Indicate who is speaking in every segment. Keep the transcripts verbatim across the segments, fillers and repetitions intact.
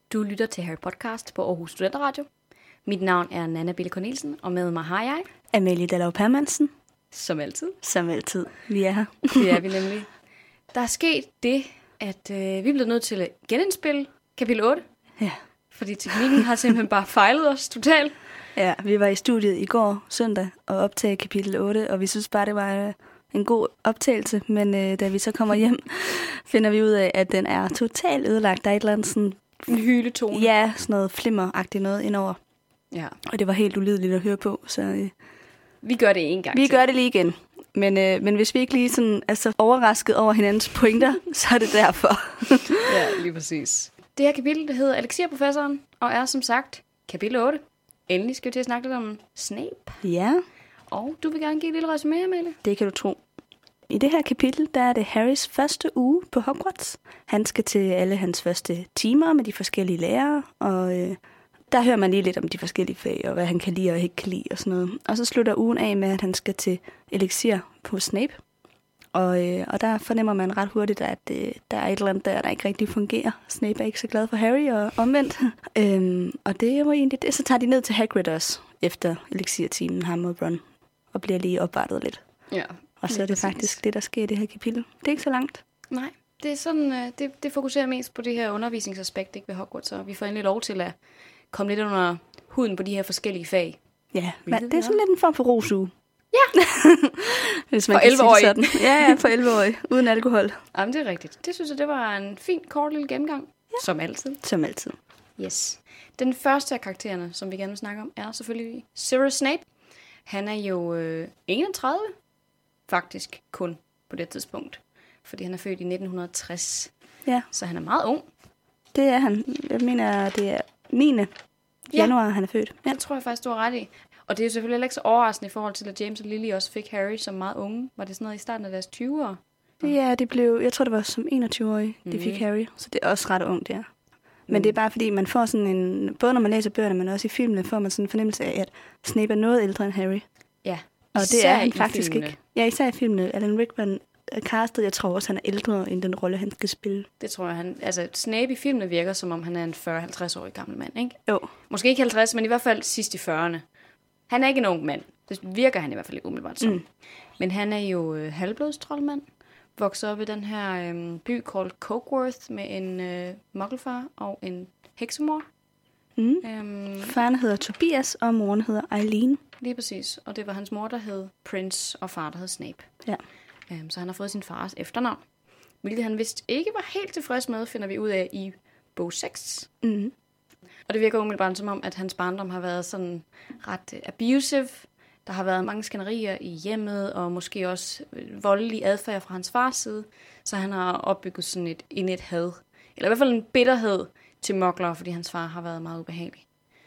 Speaker 1: Du lytter til Harry Podcast på Aarhus Studenterradio. Mit navn er Nanna Bille Cornelsen, og med mig har jeg...
Speaker 2: Amalie Dallov Permansen.
Speaker 1: Som altid.
Speaker 2: Som altid. Vi er her.
Speaker 1: Det er vi nemlig. Der er sket det, at øh, vi er blevet nødt til at genindspille kapitel otte.
Speaker 2: Ja.
Speaker 1: Fordi teknikken har simpelthen bare fejlet os totalt.
Speaker 2: Ja, vi var i studiet i går søndag og optagede kapitel otte, og vi synes bare, det var øh, en god optagelse. Men øh, da vi så kommer hjem, finder vi ud af, at den er totalt ødelagt. Der er et eller andet sådan...
Speaker 1: En hyletone.
Speaker 2: Ja, sådan noget flimmeragtigt noget indover.
Speaker 1: Ja.
Speaker 2: Og det var helt ulideligt at høre på, så... Øh,
Speaker 1: vi gør det en gang
Speaker 2: Vi
Speaker 1: til.
Speaker 2: gør det lige igen. Men, øh, men hvis vi ikke lige sådan, er så overrasket over hinandens pointer, så er det derfor.
Speaker 1: Ja, lige præcis. Det her kapitel, det hedder Elixirprofessoren, og er som sagt kapitel otte. Endelig skal vi til at snakke lidt om Snape.
Speaker 2: Ja.
Speaker 1: Og du vil gerne give et lille resumé, Amalie?
Speaker 2: Det kan du tro. I det her kapitel, der er det Harrys første uge på Hogwarts. Han skal til alle hans første timer med de forskellige lærere, og øh, der hører man lige lidt om de forskellige fag, og hvad han kan lide og ikke kan lide og sådan noget. Og så slutter ugen af med, at han skal til Elixir på Snape. Og, øh, og der fornemmer man ret hurtigt, at øh, der er et eller andet der, der ikke rigtig fungerer. Snape er ikke så glad for Harry og omvendt. øhm, og det var egentlig det. Så tager de ned til Hagrid også, efter Elixir-timen, ham og Ron, og bliver lige opvartet lidt.
Speaker 1: Ja.
Speaker 2: Og så er det
Speaker 1: præcis.
Speaker 2: faktisk det, der sker i det her kapitel. Det er ikke så langt.
Speaker 1: Nej, det er sådan, det, det fokuserer mest på det her undervisningsaspekt, ikke, ved Hogwarts, og vi får endelig lov til at komme lidt under huden på de her forskellige fag.
Speaker 2: Ja, men det er sådan lidt en form for rosuge.
Speaker 1: Ja!
Speaker 2: Hvis man
Speaker 1: for
Speaker 2: kan sige det
Speaker 1: elleve-årige.
Speaker 2: sådan. Ja, ja, for elleve-årige. Uden alkohol.
Speaker 1: Jamen, det er rigtigt. Det synes jeg, det var en fin, kort lille gennemgang. Ja. Som altid.
Speaker 2: Som altid.
Speaker 1: Yes. Den første af karaktererne, som vi gerne vil snakke om, er selvfølgelig Severus Snape. Han er jo øh, enogtredive, faktisk kun på det tidspunkt. Fordi han er født i nitten tres.
Speaker 2: Ja.
Speaker 1: Så han er meget ung.
Speaker 2: Det er han. Jeg mener, det er niende januar, ja. Han er født.
Speaker 1: Ja, det tror jeg faktisk, du har ret i. Og det er jo selvfølgelig ikke så overraskende i forhold til, at James og Lily også fik Harry som meget unge. Var det sådan noget i starten af deres tyvere?
Speaker 2: Ja, det blev, jeg tror, det var som enogtyve-årige, de
Speaker 1: Mm.
Speaker 2: fik Harry. Så det er også ret ungt, ja. Men
Speaker 1: Mm.
Speaker 2: det er bare fordi, man får sådan en... Både når man læser bøgerne, men også i filmene, får man sådan en fornemmelse af, at Snape er noget ældre end Harry.
Speaker 1: Ja,
Speaker 2: Og det
Speaker 1: især
Speaker 2: er han
Speaker 1: i
Speaker 2: faktisk
Speaker 1: filmene.
Speaker 2: ikke. Ja, især i filmene. Alan Rickman er castet, jeg tror også, han er ældre end den rolle, han skal spille.
Speaker 1: Det tror jeg, han... Altså, Snape i filmene virker, som om han er en fyrre til halvtreds-årig gammel mand, ikke?
Speaker 2: Jo.
Speaker 1: Måske ikke halvtreds, men i hvert fald sidst i fyrrerne. Han er ikke en ung mand. Det virker han i hvert fald ikke umiddelbart som. Mm. Men han er jo øh, halvblodstrolmand. Vokser op i den her øh, by kaldt Cokeworth med en øh, muggelfar og en heksemor.
Speaker 2: Mm.
Speaker 1: Øhm,
Speaker 2: Faren hedder Tobias, og moren hedder Eileen.
Speaker 1: lige præcis. Og det var hans mor, der hed Prince, og far, der hed Snape.
Speaker 2: Ja.
Speaker 1: Øhm, så han har fået sin fars efternavn. Hvilket han vist ikke var helt tilfreds med, finder vi ud af i bog seks.
Speaker 2: Mm.
Speaker 1: Og det virker umiddelbart som om, at hans barndom har været sådan ret uh, abusive. Der har været mange skænderier i hjemmet, og måske også øh, voldelig adfærd fra hans fars side. Så han har opbygget sådan et indet had. Eller i hvert fald en bitterhed til mugglere, fordi hans far har været meget ubehagelig.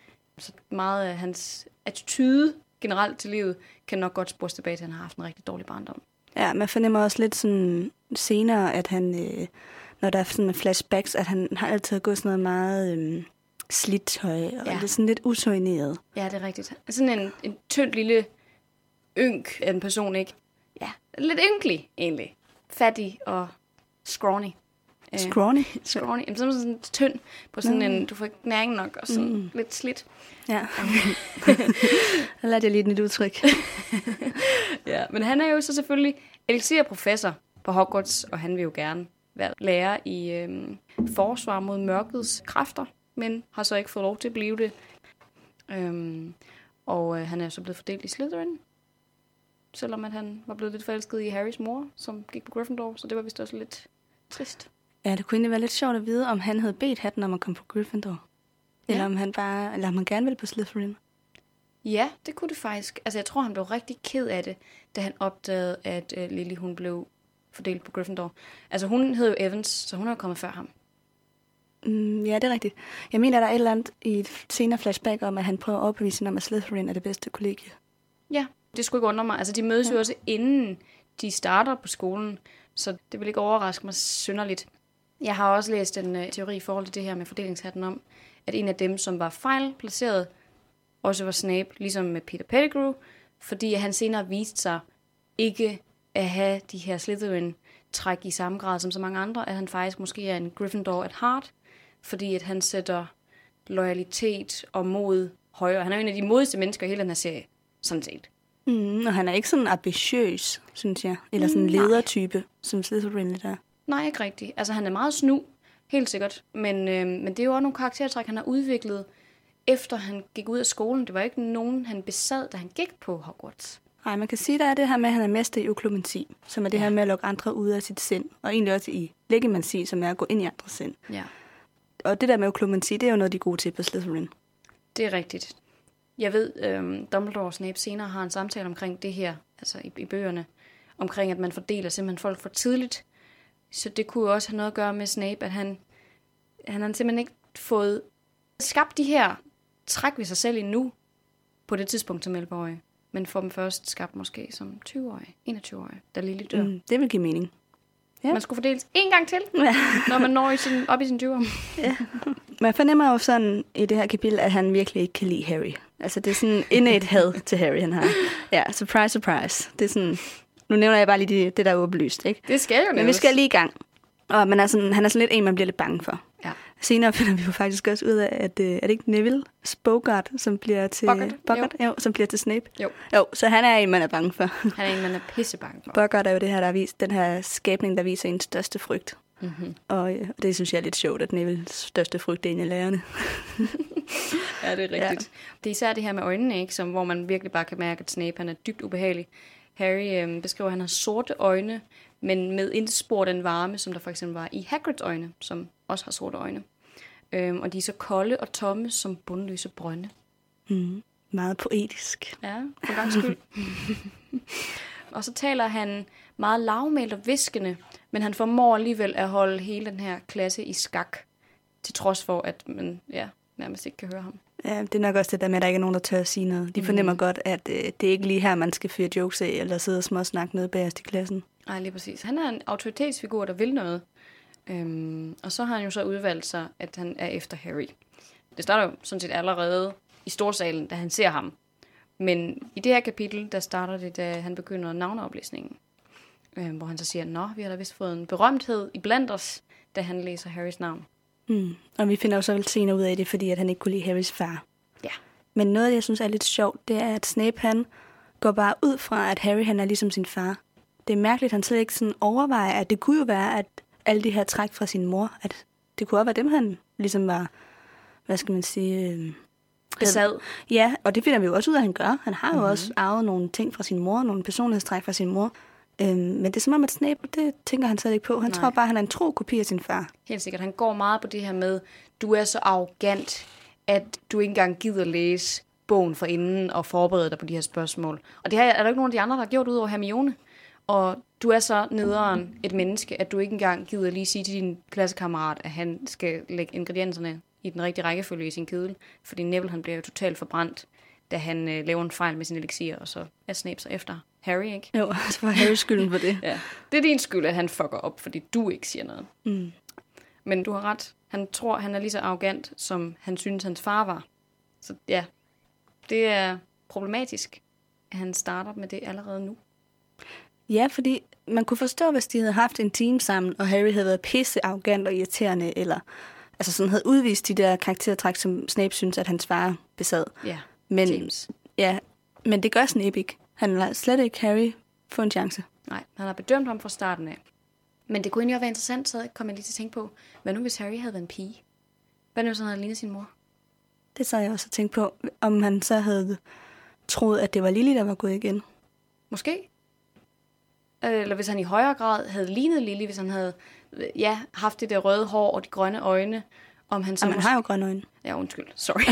Speaker 1: Så meget af hans attitude generelt til livet kan nok godt spores tilbage til, at han har haft en rigtig dårlig barndom.
Speaker 2: Ja, man fornemmer også lidt sådan senere, at han, øh, når der er sådan flashbacks, at han har altid gået sådan noget meget øh, slidt tøj, og
Speaker 1: Ja.
Speaker 2: det er sådan lidt usoigneret.
Speaker 1: Ja, det er rigtigt. Sådan en, en tynd lille ynk af en person, ikke? Ja, lidt ynkelig egentlig. Fattig og scrawny. Øh,
Speaker 2: Scrawny.
Speaker 1: Scrawny. Jamen, sådan, sådan tynd på sådan
Speaker 2: Mm.
Speaker 1: en, du får ikke næring nok, og sådan
Speaker 2: Mm.
Speaker 1: lidt slidt.
Speaker 2: Ja. Der lærte jeg lige et nyt udtryk.
Speaker 1: Ja, men han er jo så selvfølgelig elixir-professor på Hogwarts, og han vil jo gerne være lærer i øhm, forsvar mod mørkets kræfter, men har så ikke fået lov til at blive det. Øhm, og øh, han er så blevet fordelt i Slytherin, selvom at han var blevet lidt forelsket i Harrys mor, som gik på Gryffindor, så det var vist også lidt trist.
Speaker 2: Ja, det kunne egentlig være lidt sjovt at vide, om han havde bedt hatten om at komme på Gryffindor. Eller
Speaker 1: Ja.
Speaker 2: om han bare, eller om han gerne ville på Slytherin.
Speaker 1: Ja, det kunne det faktisk. Altså, jeg tror, han blev rigtig ked af det, da han opdagede, at øh, Lily, hun blev fordelt på Gryffindor. Altså, hun hed jo Evans, så hun er jo kommet før ham.
Speaker 2: Mm, ja, det er rigtigt. Jeg mener, der er et eller andet i et senere flashback om, at han prøver at overbevise hende om, at Slytherin er det bedste kollegie.
Speaker 1: Ja, det skulle ikke undre mig. Altså, de mødes ja. jo også inden de starter på skolen, så det vil ikke overraske mig synderligt. Jeg har også læst en uh, teori i forhold til det her med fordelingshatten om, at en af dem, som var fejlplaceret, også var Snape, ligesom med Peter Pettigrew, fordi han senere viste sig ikke at have de her Slytherin-træk i samme grad som så mange andre, at han faktisk måske er en Gryffindor at heart, fordi at han sætter loyalitet og mod højere. Han er en af de modigste mennesker i hele den her serie, sådan set.
Speaker 2: Mm, og han er ikke sådan ambitiøs, synes jeg. Eller sådan en ledertype, som Slytherin lidt er.
Speaker 1: Nej, ikke rigtigt. Altså, han er meget snu, helt sikkert. Men, øh, men det er jo også nogle karaktertræk, han har udviklet, efter han gik ud af skolen. Det var ikke nogen, han besad, da han gik på Hogwarts.
Speaker 2: Nej, man kan sige, der er det her med, at han er mester i oklumensi, som er det ja. her med at lukke andre ud af sit sind. Og egentlig også i legimansi, som er at gå ind i andres sind.
Speaker 1: Ja.
Speaker 2: Og det der med oklumensi, det er jo noget, de er gode til på Slytherin.
Speaker 1: Det er rigtigt. Jeg ved, øhm, Dumbledore og Snape senere har en samtale omkring det her, altså i, i bøgerne, omkring at man fordeler simpelthen folk for tidligt. Så det kunne jo også have noget at gøre med Snape, at han, han har simpelthen ikke fået skabt de her træk ved sig selv endnu, på det tidspunkt som elleve-årig, men får dem først skabt måske som tyve-årig, enogtyve-årig, da Lily dør. Mm,
Speaker 2: det vil give mening.
Speaker 1: Ja. Man skulle fordeles en gang til, ja. når man når i sin, op i sin tyverne. Ja.
Speaker 2: Man fornemmer jo sådan i det her kapitel, at han virkelig ikke kan lide Harry. Altså det er sådan innate had til Harry, han har. Ja, surprise, surprise. Det er sådan, nu nævner jeg bare lige det, det der er åbenlyst, ikke?
Speaker 1: Det skal jo nævnes.
Speaker 2: Men vi skal lige i gang. Og man er sådan, han er sådan lidt en, man bliver lidt bange for.
Speaker 1: Ja.
Speaker 2: Senere finder vi jo faktisk også ud af, at øh, er det ikke Neville Bogart, som bliver til
Speaker 1: Bogart,
Speaker 2: Bogart? Jo. Jo, som bliver til Snape?
Speaker 1: Jo.
Speaker 2: Jo, så han er en, man er bange for.
Speaker 1: Han er en, man er pissebange for.
Speaker 2: Bogart er jo det her, der er vist, den her skabning, der viser ens største frygt.
Speaker 1: Mm-hmm.
Speaker 2: Og øh, det synes jeg er lidt sjovt, at Nevilles største frygt er en af lærerne.
Speaker 1: Ja, det er rigtigt. Ja. Det er især det her med øjnene, ikke, som, hvor man virkelig bare kan mærke, at Snape han er dybt ubehagelig. Harry øh, beskriver, at han har sorte øjne, men med indspor den varme, som der for eksempel var i Hagrids øjne, som også har sorte øjne. Øhm, og de er så kolde og tomme som bundløse brønde.
Speaker 2: Mm, meget poetisk.
Speaker 1: Ja, for gangs skyld. Og så taler han meget lavmælt og viskende, men han formår alligevel at holde hele den her klasse i skak, til trods for, at man ja, nærmest ikke kan høre ham.
Speaker 2: Ja, det er nok også det der med, at der ikke er nogen, der tør at sige noget. De fornemmer mm. godt, at øh, det er ikke lige her, man skal fyre jokes af, eller sidde og småsnakke nede bagerst i klassen.
Speaker 1: Nej, lige præcis. Han er en autoritetsfigur, der vil noget. Øhm, og så har han jo så udvalgt sig, at han er efter Harry. Det starter jo sådan set allerede i storsalen, da han ser ham. Men i det her kapitel, der starter det, da han begynder navneoplæsningen. Øhm, hvor han så siger, nå, vi har da vist fået en berømthed i blandt os, da han læser Harrys navn.
Speaker 2: Mm. Og vi finder jo så vel senere ud af det, fordi at han ikke kunne lide Harrys far.
Speaker 1: Ja.
Speaker 2: Men noget af det, jeg synes er lidt sjovt, det er, at Snape han går bare ud fra, at Harry han er ligesom sin far. Det er mærkeligt, at han slet ikke sådan overvejer, at det kunne jo være, at alle de her træk fra sin mor, at det kunne også være dem, han ligesom var, hvad skal man sige... Øh,
Speaker 1: besad.
Speaker 2: Ja, og det finder vi jo også ud af, at han gør. Han har jo mm-hmm. også arvet nogle ting fra sin mor, nogle personlighedstræk fra sin mor. Øhm, men det er som om, at Snape, det tænker han slet ikke på. Han Nej. tror bare, at han er en tro kopi af sin far.
Speaker 1: Helt sikkert. Han går meget på det her med, du er så arrogant, at du ikke engang gider læse bogen for inden og forberede dig på de her spørgsmål. Og det her er der ikke nogen af de andre, der har gjort ud over Hermione. Og du er så nederen et menneske, at du ikke engang gider lige sige til din klassekammerat, at han skal lægge ingredienserne i den rigtige rækkefølge i sin kedel. Fordi Neville han bliver jo totalt forbrændt, da han øh, laver en fejl med sin elixir, og så er Snape så efter Harry, ikke?
Speaker 2: Jo, så får Harry skylden for det.
Speaker 1: Ja. Det er din skyld, at han fucker op, fordi du ikke siger noget.
Speaker 2: Mm.
Speaker 1: Men du har ret. Han tror, han er lige så arrogant, som han synes, hans far var. Så ja, det er problematisk, at han starter med det allerede nu.
Speaker 2: Ja, fordi man kunne forstå, hvis de havde haft en team sammen, og Harry havde været pisse arrogant og irriterende, eller altså sådan havde udvist de der karaktertræk, som Snape synes, at hans far besad.
Speaker 1: Ja,
Speaker 2: men,
Speaker 1: James.
Speaker 2: Ja, men det gør Snape ikke. Han lader slet ikke Harry få en chance.
Speaker 1: Nej, han har bedømt ham fra starten af. Men det kunne egentlig også være interessant, så kom jeg lige til at tænke på, hvad nu hvis Harry havde været en pige? Hvad nu hvis han havde lignet sin mor?
Speaker 2: Det så jeg også tænkt på, om han så havde troet, at det var Lily, der var gået igen.
Speaker 1: Måske. Eller hvis han i højere grad havde lignet Lily, hvis han havde ja, haft det der røde hår og de grønne øjne. Om han så
Speaker 2: Jamen, han har jo grønne øjne.
Speaker 1: Ja, undskyld. Sorry.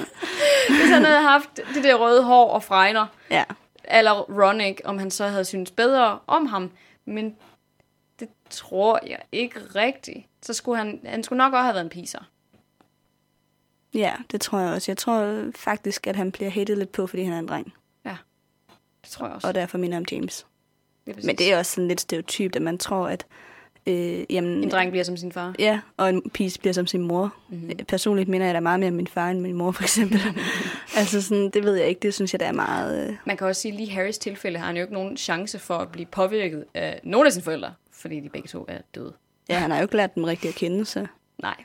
Speaker 1: Hvis han havde haft det der røde hår og fregner,
Speaker 2: ja.
Speaker 1: eller Ron, ikke, om han så havde syntes bedre om ham. Men det tror jeg ikke rigtigt. Så skulle han, han skulle nok også have været en piser.
Speaker 2: Ja, det tror jeg også. Jeg tror faktisk, at han bliver hatet lidt på, fordi han er en dreng.
Speaker 1: Ja, det tror jeg også.
Speaker 2: Og derfor minder om James.
Speaker 1: Det
Speaker 2: Men det er også sådan lidt stereotypt, at man tror, at Øh, jamen,
Speaker 1: en dreng bliver som sin far.
Speaker 2: Ja, og en pige bliver som sin mor. Mm-hmm. Personligt minder jeg da meget mere om min far end min mor, for eksempel. altså sådan, det ved jeg ikke, det synes jeg, der er meget... Øh...
Speaker 1: Man kan også sige, at lige Harrys tilfælde har han jo ikke nogen chance for at blive påvirket af nogle af sine forældre, fordi de begge to er døde.
Speaker 2: Ja, han har jo ikke lært dem rigtigt at kende, så...
Speaker 1: Nej,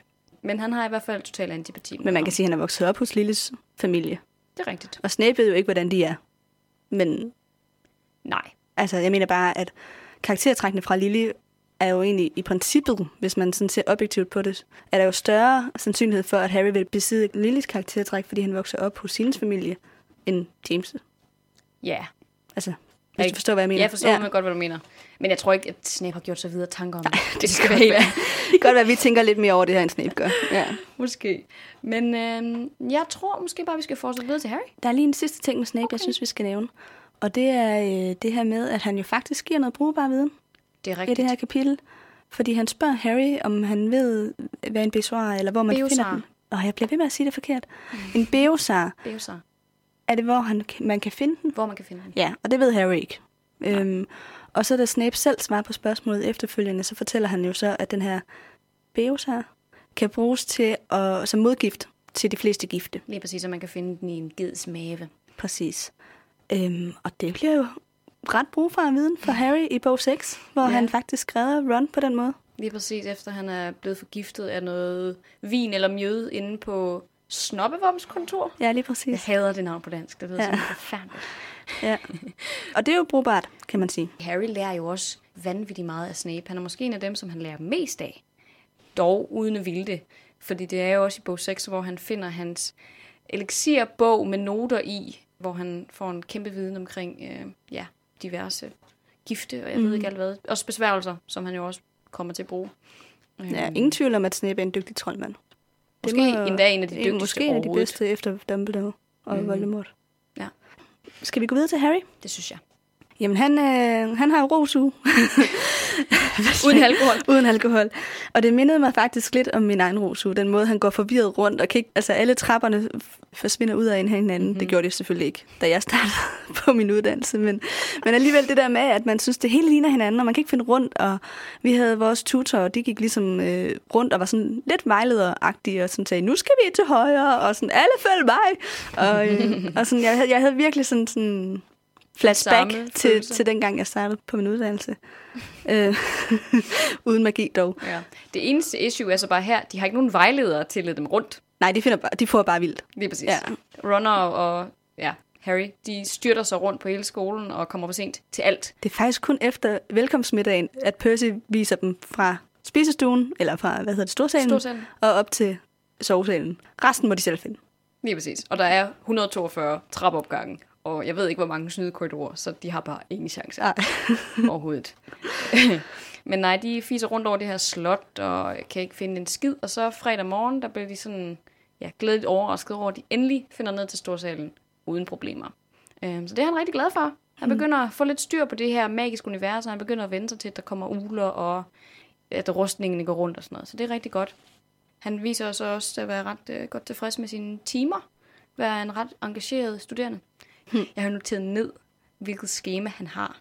Speaker 1: Men han har i hvert fald total antipati.
Speaker 2: Men man kan sige, at han er vokset op hos Lillys familie.
Speaker 1: Det er rigtigt.
Speaker 2: Og Snape ved jo ikke, hvordan de er. Men
Speaker 1: nej.
Speaker 2: Altså, jeg mener bare, at karaktertrækkene fra Lily er jo egentlig i princippet, hvis man sådan ser objektivt på det, er der jo større sandsynlighed for, at Harry vil besidde Lillys karaktertræk, fordi han vokser op hos hendes familie, end James.
Speaker 1: Ja.
Speaker 2: Altså, hvis du forstår, hvad jeg mener.
Speaker 1: Jeg forstår ja. godt, hvad du mener. Men jeg tror ikke, at Snape har gjort sig videre tanker om det.
Speaker 2: Nej, det, det skal være helt. Det kan godt være, at vi tænker lidt mere over det her, end Snape gør. Ja.
Speaker 1: Måske. Men øh, jeg tror måske bare, vi skal fortsætte videre til Harry.
Speaker 2: Der er lige en sidste ting med Snape, okay. jeg synes, vi skal nævne. Og det er øh, det her med, at han jo faktisk giver noget brugbar viden.
Speaker 1: Det er rigtigt.
Speaker 2: I det her kapitel. Fordi han spørger Harry, om han ved, hvad en besoar er, eller hvor man
Speaker 1: Beosar.
Speaker 2: finder den. Og jeg bliver ved med at sige det forkert. Mm. En beosar.
Speaker 1: Beosar.
Speaker 2: Er det, hvor han, man kan finde den?
Speaker 1: Hvor man kan finde den.
Speaker 2: Ja, og det ved Harry ikke. Øhm, og så da Snape selv svarer på spørgsmålet efterfølgende, så fortæller han jo så, at den her beosar kan bruges til at, som modgift til de fleste gifte.
Speaker 1: Lige præcis, at man kan finde den i en geds mave.
Speaker 2: Præcis. Øhm, og det bliver jo ret brugbar viden for Harry i bog seks, hvor ja. han faktisk redder Ron på den måde.
Speaker 1: Lige præcis, efter han er blevet forgiftet af noget vin eller mjød inde på Snobbevoms kontor.
Speaker 2: Ja, lige præcis.
Speaker 1: Jeg hader det navn på dansk, det ved jeg
Speaker 2: ja.
Speaker 1: simpelthen forfærdeligt.
Speaker 2: Ja. Og det er jo brugbart, kan man sige.
Speaker 1: Harry lærer jo også vanvittigt meget af Snape. Han er måske en af dem, som han lærer mest af. Dog uden at ville det. Fordi det er jo også i bog seks, hvor han finder hans elixirbog med noter i, hvor han får en kæmpe viden omkring øh, ja, diverse gifte, og jeg mm. ved ikke alt hvad. Også besværgelser, som han jo også kommer til at bruge.
Speaker 2: Ja, ingen tvivl om, at Snape er en dygtig troldmand.
Speaker 1: Måske det må, endda en af de dygtigste
Speaker 2: måske en af de bedste efter Dumbledore og mm. Voldemort.
Speaker 1: Ja.
Speaker 2: Skal vi gå videre til Harry?
Speaker 1: Det synes jeg.
Speaker 2: Jamen, han, øh, han har jo rosuge.
Speaker 1: Uden alkohol.
Speaker 2: Uden alkohol. Og det mindede mig faktisk lidt om min egen rosuge. Den måde, han går forvirret rundt, og kig, altså alle trapperne forsvinder ud af en hinanden. Mm-hmm. Det gjorde det selvfølgelig ikke, da jeg startede på min uddannelse. Men, men alligevel det der med, at man synes, det hele ligner hinanden, og man kan ikke finde rundt. Og vi havde vores tutor, og de gik ligesom øh, rundt og var sådan lidt vejlederagtige, og sådan sagde, nu skal vi til højre, og sådan, alle følg mig. Og, øh, og sådan, jeg, jeg havde virkelig sådan... sådan flashback til, til dengang, jeg startede på min uddannelse. øh, uden magi dog.
Speaker 1: Ja. Det eneste issue er så bare her, de har ikke nogen vejledere til at lede dem rundt.
Speaker 2: Nej, de, finder bare, de får bare vildt.
Speaker 1: Lige præcis. Ja. Ron og ja, Harry, de styrter sig rundt på hele skolen og kommer for sent til alt.
Speaker 2: Det er faktisk kun efter velkomstmiddagen, at Percy viser dem fra spisestuen, eller fra, hvad hedder det, storsalen,
Speaker 1: storsalen.
Speaker 2: Og op til sovesalen. Resten må de selv finde.
Speaker 1: Lige præcis. Og der er et hundrede og toogfyrre trappeopgange. Og jeg ved ikke, hvor mange snydekorridorer, så de har bare ingen chance overhovedet. Men nej, de fiser rundt over det her slot, og kan ikke finde en skid. Og så fredag morgen, der bliver de sådan, ja, glædeligt overrasket over, at de endelig finder ned til storsalen uden problemer. Um, så det er han rigtig glad for. Han begynder at få lidt styr på det her magiske univers, og han begynder at vende sig til, at der kommer uler, og at rustningen går rundt og sådan noget. Så det er rigtig godt. Han viser os også at være ret uh, godt tilfreds med sine timer. Være en ret engageret studerende. Hmm. Jeg har noteret ned, hvilket skema han har.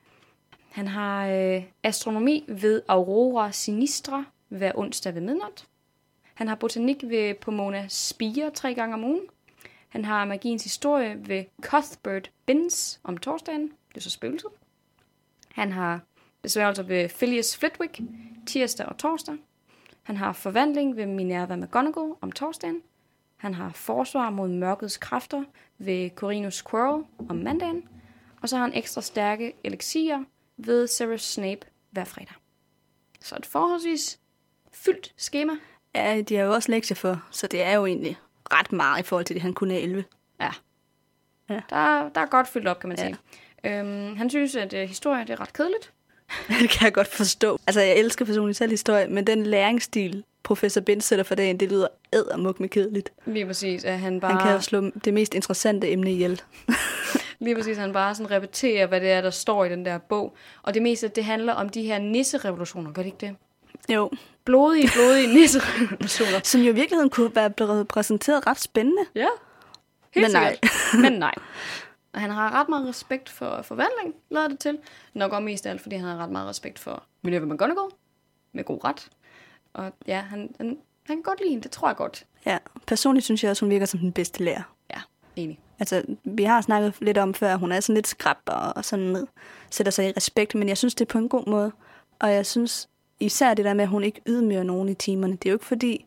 Speaker 1: Han har øh, astronomi ved Aurora Sinistra hver onsdag ved midnat. Han har botanik ved Pomona Spire tre gange om ugen. Han har magiens historie ved Cuthbert Binns om torsdagen. Det er så spøgelset. Han har besværgelser ved Phileas Flitwick tirsdag og torsdag. Han har forvandling ved Minerva McGonagall om torsdagen. Han har forsvar mod mørkets kræfter ved Corvinus Quirrell om mandagen. Og så har han ekstra stærke elixier ved Severus Snape hver fredag. Så et forholdsvis fyldt skema.
Speaker 2: Ja, de har jo også lektier for, så det er jo egentlig ret meget i forhold til det, han kun er elleve.
Speaker 1: Ja, ja. Der, der er godt fyldt op, kan man sige. Ja. Øhm, han synes, at uh, historie det er ret kedeligt.
Speaker 2: Det kan jeg godt forstå. Altså, jeg elsker personligt selv historie, men den læringsstil, professor Binns sætter for dagen, det lyder eddermuk med kedeligt.
Speaker 1: Lige præcis, at han bare...
Speaker 2: Han kan jo slå det mest interessante emne ihjel.
Speaker 1: Lige præcis, han bare sådan repeterer, hvad det er, der står i den der bog. Og det meste, det handler om de her nisserevolutioner, gør det ikke det?
Speaker 2: Jo.
Speaker 1: Blodige, blodige nisserevolutioner.
Speaker 2: Som jo i virkeligheden kunne være blevet præsenteret ret spændende.
Speaker 1: Ja, helt
Speaker 2: Men nej.
Speaker 1: Men nej. Og han har ret meget respekt for forvandling, lader det til. Nok også mest af alt, fordi han har ret meget respekt for Minerva McGonagall. Med god ret. Og ja, han, han, han kan godt lide hende, det tror jeg godt.
Speaker 2: Ja, personligt synes jeg også, hun virker som den bedste lærer.
Speaker 1: Ja, enig.
Speaker 2: Altså, vi har snakket lidt om før, hun er sådan lidt skrap og sådan sætter sig i respekt, men jeg synes, det er på en god måde. Og jeg synes især det der med, at hun ikke ydmyger nogen i timerne. Det er jo ikke fordi,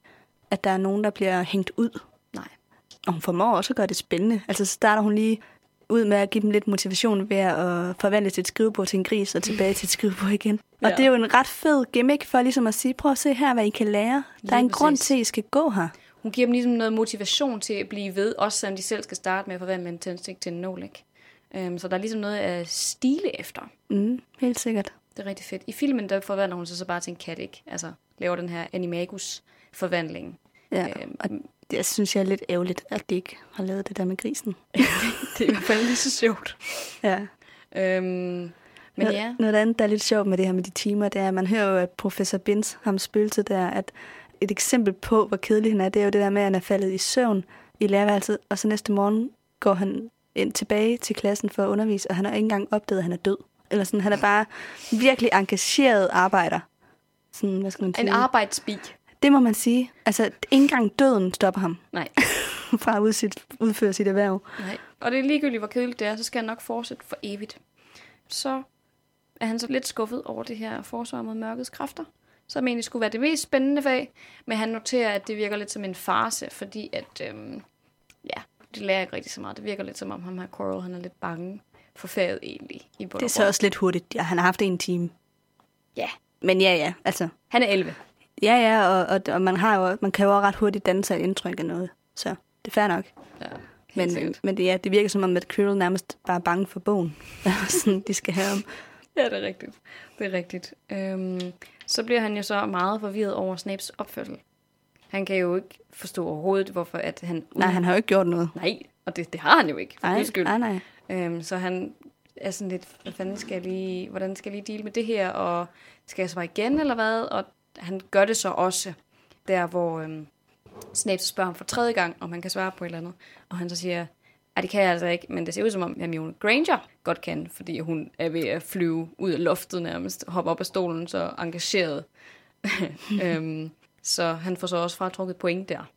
Speaker 2: at der er nogen, der bliver hængt ud.
Speaker 1: Nej.
Speaker 2: Og hun formår også at gøre det spændende. Altså så starter hun lige ud med at give dem lidt motivation ved at forvandle sit skrivebord til en gris og tilbage til et skrivebord igen. Og ja. Det er jo en ret fed gimmick for ligesom at sige, prøv at se her, hvad I kan lære. Der er en præcis. grund til, at I skal gå her.
Speaker 1: Hun giver dem ligesom noget motivation til at blive ved, også selvom de selv skal starte med at forvandle en tændstik til en nål, ikke? Um, så der er ligesom noget at stile efter.
Speaker 2: Mm, helt sikkert.
Speaker 1: Det er rigtig fedt. I filmen, der forvandler hun sig så bare til en kat, ikke? Altså laver den her animagus-forvandling.
Speaker 2: Ja, um, og det synes jeg er lidt ærgerligt, at de ikke har lavet det der med grisen.
Speaker 1: Det er i hvert fald lige så sjovt.
Speaker 2: Ja.
Speaker 1: Um, men
Speaker 2: noget,
Speaker 1: ja.
Speaker 2: Noget andet, der er lidt sjovt med det her med de timer, det er, at man hører jo, at professor Binns, ham spøgelse der, at et eksempel på, hvor kedelig han er, det er jo det der med, at han er faldet i søvn i lærerværelset, og så næste morgen går han ind tilbage til klassen for at undervise, og han har ikke engang opdaget, at han er død. Eller sådan, han er bare virkelig engageret arbejder. Sådan, hvad skal man sige?
Speaker 1: En arbejdsspig.
Speaker 2: Det må man sige. Altså, ikke engang døden stopper ham.
Speaker 1: Nej.
Speaker 2: Fra at udføre sit erhverv.
Speaker 1: Nej. Og det er ligegyldigt, hvor kedeligt det er, så skal han nok fortsætte for evigt. Så er han så lidt skuffet over det her forsvar mod mørkets kræfter, som egentlig skulle være det mest spændende fag, men han noterer, at det virker lidt som en farce, fordi at, øhm, ja, det lærer ikke rigtig så meget. Det virker lidt som om ham her Quirrell, han er lidt bange for faget egentlig. I
Speaker 2: det er så også lidt hurtigt. Ja, han har haft en time.
Speaker 1: Ja.
Speaker 2: Men ja, ja, altså.
Speaker 1: Han er elleve.
Speaker 2: Ja, ja, og, og, og man, har jo, man kan jo også ret hurtigt danne sig et indtryk af noget. Så det er fair nok.
Speaker 1: Ja,
Speaker 2: men men det, ja, det virker som om, at Quirrell nærmest bare er bange for bogen. Sådan, de skal have om.
Speaker 1: Ja, det er rigtigt. Det er rigtigt. Øhm, så bliver han jo så meget forvirret over Snapes opførsel. Han kan jo ikke forstå overhovedet, hvorfor at han...
Speaker 2: Nej, han har jo ikke gjort noget.
Speaker 1: Nej, og det, det har han jo ikke. For
Speaker 2: nej,
Speaker 1: skyld.
Speaker 2: nej, nej.
Speaker 1: Øhm, så han er sådan lidt, hvad fanden skal jeg lige, hvordan skal jeg lige deale med det her, og skal jeg svare igen, eller hvad? Og han gør det så også, der hvor øhm, Snape spørger ham for tredje gang, om han kan svare på et eller andet. Og han så siger, at det kan jeg altså ikke, men det ser ud som om Hermione Granger godt kan, fordi hun er ved at flyve ud af loftet nærmest, hoppe op af stolen, så engageret. øhm, så han får så også fratrukket point der.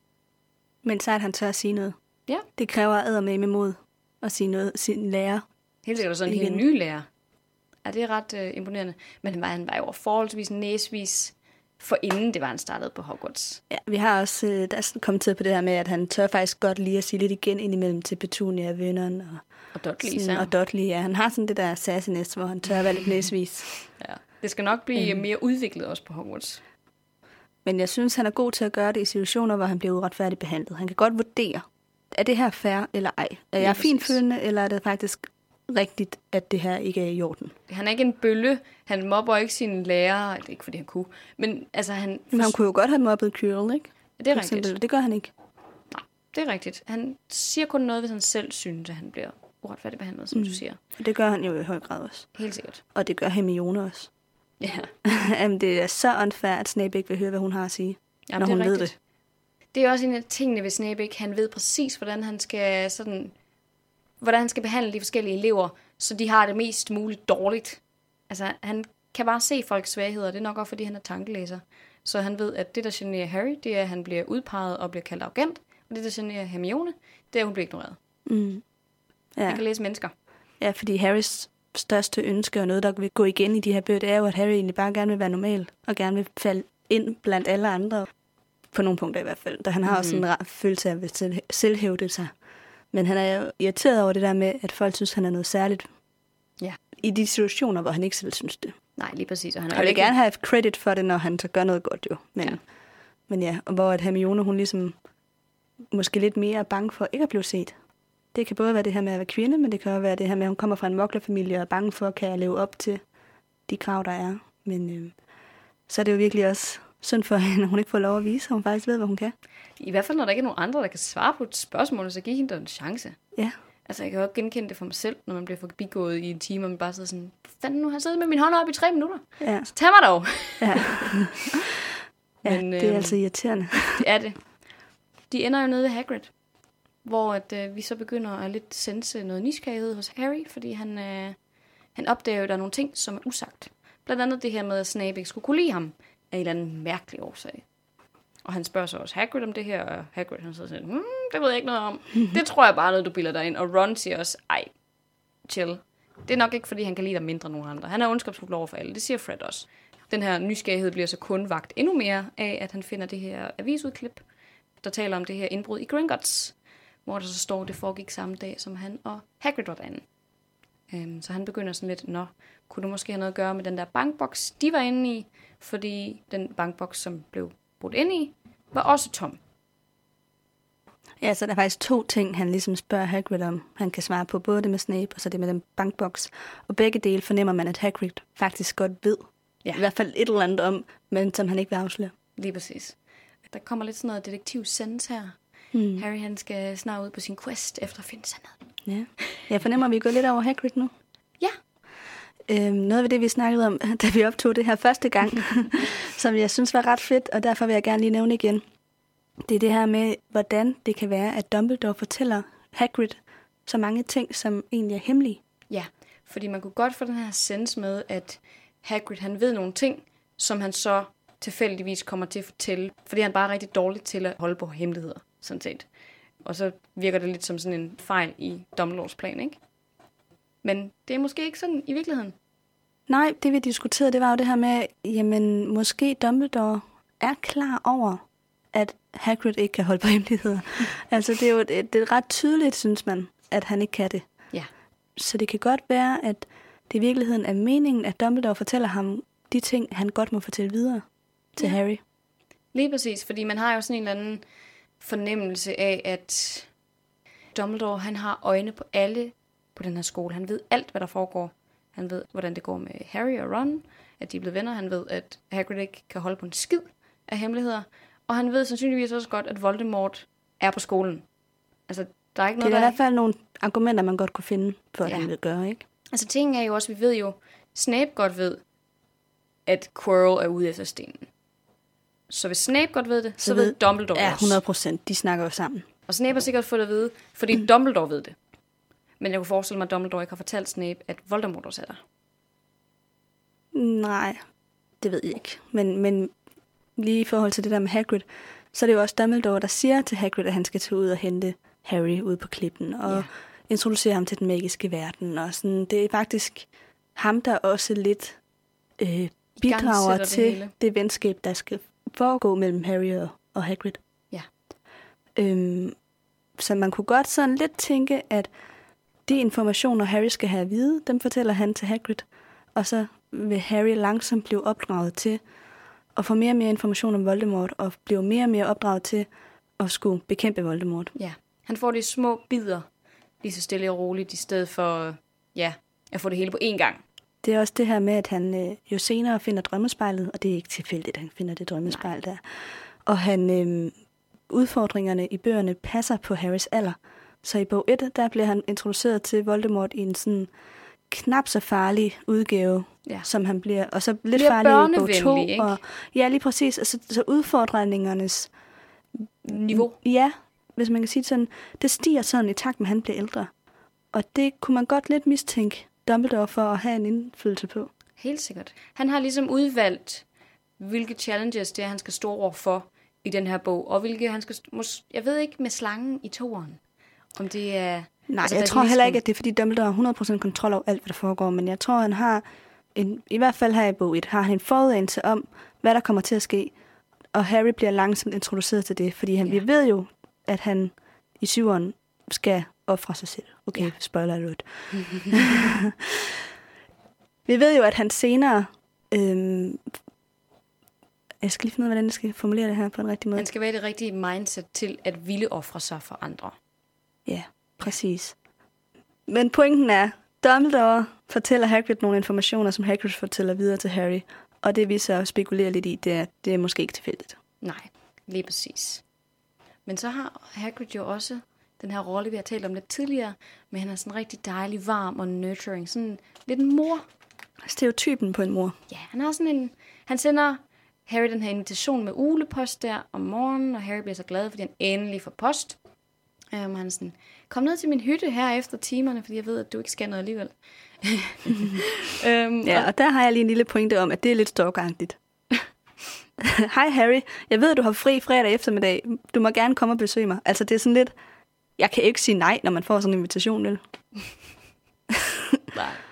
Speaker 2: Men så at han tør at sige noget.
Speaker 1: Ja.
Speaker 2: Det kræver eddermame mod at sige noget sin lærer.
Speaker 1: Helt sikkert sådan en helt ny lærer. Ja, det er ret øh, imponerende. Men han var, han var jo forholdsvis næsvis, for inden det var, han startede på Hogwarts.
Speaker 2: Ja, vi har også øh, der er kommet til på det her med, at han tør faktisk godt lige at sige lidt igen indimellem til Petunia og venneren. Og,
Speaker 1: og Dudley,
Speaker 2: sådan, og Dudley, ja. Han har sådan det der sassiness, hvor han tør at være lidt næsvis.
Speaker 1: Ja, det skal nok blive mm. mere udviklet også på Hogwarts.
Speaker 2: Men jeg synes, han er god til at gøre det i situationer, hvor han bliver uretfærdigt behandlet. Han kan godt vurdere, er det her fair eller ej? Er jeg finfølende, eller er det faktisk rigtigt, at det her ikke er i orden?
Speaker 1: Han er ikke en bølle. Han mobber ikke sine lærere. Det er ikke, fordi han kunne. Men altså, han...
Speaker 2: Men han kunne jo godt have mobbet Quirrell, ikke?
Speaker 1: Det er rigtigt.
Speaker 2: Det gør han ikke.
Speaker 1: Nej, det er rigtigt. Han siger kun noget, hvis han selv synes, at han bliver uretfærdigt behandlet, som mm. du siger.
Speaker 2: Det gør han jo i høj grad også.
Speaker 1: Helt sikkert.
Speaker 2: Og det gør Hermione også.
Speaker 1: Ja.
Speaker 2: Jamen, det er så unfair, at Snape ikke vil høre, hvad hun har at sige,
Speaker 1: jamen,
Speaker 2: når
Speaker 1: hun
Speaker 2: ved det.
Speaker 1: Det er også en af tingene ved Snape, ikke? Han ved præcis, hvordan han skal sådan, hvordan han skal behandle de forskellige elever, så de har det mest muligt dårligt. Altså, han kan bare se folks svagheder, det er nok også, fordi han er tankelæser. Så han ved, at det, der generer Harry, det er, at han bliver udpeget og bliver kaldt arrogant, og det, der generer Hermione, det er, at hun bliver ignoreret.
Speaker 2: Mm. Ja.
Speaker 1: Han kan læse mennesker.
Speaker 2: Ja, fordi Harrys største ønske og noget, der vil gå igen i de her bøger, det er jo, at Harry egentlig bare gerne vil være normal, og gerne vil falde ind blandt alle andre. På nogle punkter i hvert fald. Da han har mm-hmm. også en rar følelse af at selvhævde sig. Men han er jo irriteret over det der med, at folk synes, han er noget særligt.
Speaker 1: Ja.
Speaker 2: I de situationer, hvor han ikke selv synes det.
Speaker 1: Nej, lige præcis. Og han
Speaker 2: og vil ikke gerne have credit for det, når han så gør noget godt jo. Men ja, men ja og hvor at Hermione, hun ligesom måske lidt mere er bange for ikke at blive set. Det kan både være det her med at være kvinde, men det kan også være det her med, at hun kommer fra en muglerfamilie og er bange for, kan jeg leve op til de krav, der er. Men øh, så er det jo virkelig også synd for hende, at hun ikke får lov at vise, at hun faktisk ved, hvad hun kan. I
Speaker 1: hvert fald, når der ikke er nogen andre, der kan svare på et spørgsmål, så giv hende en chance.
Speaker 2: Ja.
Speaker 1: Altså, jeg kan jo genkende det for mig selv, når man bliver forbigået i en time, og man bare sidder sådan, fanden, nu har jeg siddet med min hånd op i tre minutter.
Speaker 2: Ja.
Speaker 1: Så tag mig dog.
Speaker 2: Ja, ja Men, det er øh, altså irriterende.
Speaker 1: Det er det. De ender jo nede ved Hagrid, hvor at, øh, vi så begynder at lidt sense noget nysgerrighed hos Harry, fordi han, øh, han opdager jo, at der er nogle ting, som er usagt. Blandt andet det her med, at Snape ikke skulle kunne lide ham, af en eller anden mærkelig årsag. Og han spørger så også Hagrid om det her, og Hagrid han sidder sådan, hmm, det ved jeg ikke noget om. Det tror jeg bare noget, du bilder dig ind. Og Ron siger også, ej, chill. Det er nok ikke, fordi han kan lide dig mindre end nogen andre. Han er ondskabsfuld over for alle. Det siger Fred også. Den her nysgerrighed bliver så kun vagt endnu mere af, at han finder det her avisudklip, der taler om det her indbrud i Gringotts, hvor der så står, at det foregik samme dag, som han og Hagrid var derinde. Um, så han begynder sådan lidt, nå, kunne du måske have noget at gøre med den der bankboks, de var inde i, fordi den bankboks, som blev brudt ind i, var også tom.
Speaker 2: Ja, så der er faktisk to ting, han ligesom spørger Hagrid om. Han kan svare på både det med Snape og så det med den bankboks. Og begge dele fornemmer man, at Hagrid faktisk godt ved. Ja. I hvert fald et eller andet om, men som han ikke vil afsløre.
Speaker 1: Lige præcis. Der kommer lidt sådan noget detektiv-sens her.
Speaker 2: Hmm.
Speaker 1: Harry, han skal snart ud på sin quest efter at finde sandheden.
Speaker 2: Ja. Jeg fornemmer, at vi går lidt over Hagrid nu.
Speaker 1: Ja.
Speaker 2: Øhm, noget af det, vi snakkede om, da vi optog det her første gang, som jeg synes var ret fedt, og derfor vil jeg gerne lige nævne igen. Det er det her med, hvordan det kan være, at Dumbledore fortæller Hagrid så mange ting, som egentlig er hemmelige.
Speaker 1: Ja, fordi man kunne godt få den her sens med, at Hagrid han ved nogle ting, som han så tilfældigvis kommer til at fortælle, fordi han bare er rigtig dårlig til at holde på hemmeligheder, sådan set. Og så virker det lidt som sådan en fejl i Dumbledores plan, ikke? Men det er måske ikke sådan i virkeligheden.
Speaker 2: Nej, det vi diskuterede, det var jo det her med, jamen måske Dumbledore er klar over, at Hagrid ikke kan holde på hemmeligheder. Altså det er jo det er ret tydeligt, synes man, at han ikke kan det.
Speaker 1: Ja.
Speaker 2: Så det kan godt være, at det i virkeligheden er meningen, at Dumbledore fortæller ham de ting, han godt må fortælle videre til ja. Harry.
Speaker 1: Lige præcis, fordi man har jo sådan en eller anden fornemmelse af, at Dumbledore han har øjne på alle på den her skole. Han ved alt, hvad der foregår. Han ved, hvordan det går med Harry og Ron, at de er blevet venner. Han ved, at Hagrid ikke kan holde på en skid af hemmeligheder. Og han ved sandsynligvis også godt, at Voldemort er på skolen. Altså, der er ikke noget,
Speaker 2: det er
Speaker 1: der...
Speaker 2: i hvert fald nogle argumenter, man godt kunne finde, for at
Speaker 1: ja.
Speaker 2: han vil gøre, ikke?
Speaker 1: Altså, tingen er jo også, vi ved jo, Snape godt ved, at Quirrell er ude efter stenen. Så hvis Snape godt ved det, så, så ved Dumbledore
Speaker 2: ja,
Speaker 1: også.
Speaker 2: hundrede procent. De snakker jo sammen.
Speaker 1: Og Snape har sikkert fået det at vide, fordi mm. Dumbledore ved det. Men jeg kunne forestille mig, at Dumbledore ikke har fortalt Snape, at Voldemort også er der.
Speaker 2: Nej, det ved jeg ikke. Men, men lige i forhold til det der med Hagrid, så er det jo også Dumbledore, der siger til Hagrid, at han skal tage ud og hente Harry ude på klippen, og ja. introducere ham til den magiske verden. Og sådan, det er faktisk ham, der også lidt øh, bidrager det til hele. det venskab, der skal foregå mellem Harry og, og Hagrid.
Speaker 1: Ja.
Speaker 2: Øhm, så man kunne godt sådan lidt tænke, at de informationer, Harry skal have at vide, dem fortæller han til Hagrid, og så vil Harry langsomt blive opdraget til at få mere og mere information om Voldemort, og blive mere og mere opdraget til at skulle bekæmpe Voldemort.
Speaker 1: Ja, han får de små bidder, lige så stille og roligt, i stedet for ja, at få det hele på én gang.
Speaker 2: Det er også det her med, at han øh, jo senere finder drømmespejlet, og det er ikke tilfældigt, at han finder det drømmespejl der. Og han, øh, udfordringerne i bøgerne passer på Harrys alder. Så i bog et, der bliver han introduceret til Voldemort i en sådan knap så farlig udgave, ja. som han bliver, og så lidt
Speaker 1: bliver
Speaker 2: farlig i bog to.
Speaker 1: Ikke?
Speaker 2: Og, ja, lige præcis. Altså, så udfordringernes
Speaker 1: niveau.
Speaker 2: Ja, hvis man kan sige sådan, det stiger sådan i takt med, at han bliver ældre. Og det kunne man godt lidt mistænke Dumbledore for at have en indflydelse på.
Speaker 1: Helt sikkert. Han har ligesom udvalgt, hvilke challenges det er, han skal stå over for i den her bog, og hvilke han skal, mås- jeg ved ikke med slangen i toeren, om det er...
Speaker 2: Nej,
Speaker 1: altså,
Speaker 2: jeg tror heller ikke, at det er, fordi Dumbledore har hundrede procent kontrol over alt, hvad der foregår, men jeg tror, han har, en, i hvert fald her i bog et, har han en forudanelse om, hvad der kommer til at ske, og Harry bliver langsomt introduceret til det, fordi han, ja. vi ved jo, at han i syveren skal ofre sig selv. Okay, ja. Spoiler alert. Vi ved jo, at han senere... Øhm, jeg skal lige finde ud af, hvordan jeg skal formulere det her på en rigtig måde.
Speaker 1: Han skal være det rigtige mindset til at ville ofre sig for andre.
Speaker 2: Ja, præcis. Men pointen er, Dumbledore fortæller Hagrid nogle informationer, som Hagrid fortæller videre til Harry. Og det vi så spekulerer lidt i, det er, det er måske ikke tilfældigt.
Speaker 1: Nej, lige præcis. Men så har Hagrid jo også den her rolle, vi har talt om lidt tidligere, men han er sådan rigtig dejlig, varm og nurturing. Sådan lidt en mor.
Speaker 2: Stereotypen på en mor.
Speaker 1: Ja, han har sådan en... Han sender Harry den her invitation med ulepost der om morgenen, og Harry bliver så glad, fordi han endelig får post. Um, han er sådan, kom ned til min hytte her efter timerne, fordi jeg ved, at du ikke skal noget alligevel. um,
Speaker 2: ja, og der har jeg lige en lille pointe om, at det er lidt stalkeragtigt. Hej Harry, jeg ved, at du har fri fredag eftermiddag. Du må gerne komme og besøge mig. Altså det er sådan lidt, jeg kan ikke sige nej, når man får sådan en invitation, vel?
Speaker 1: Nej.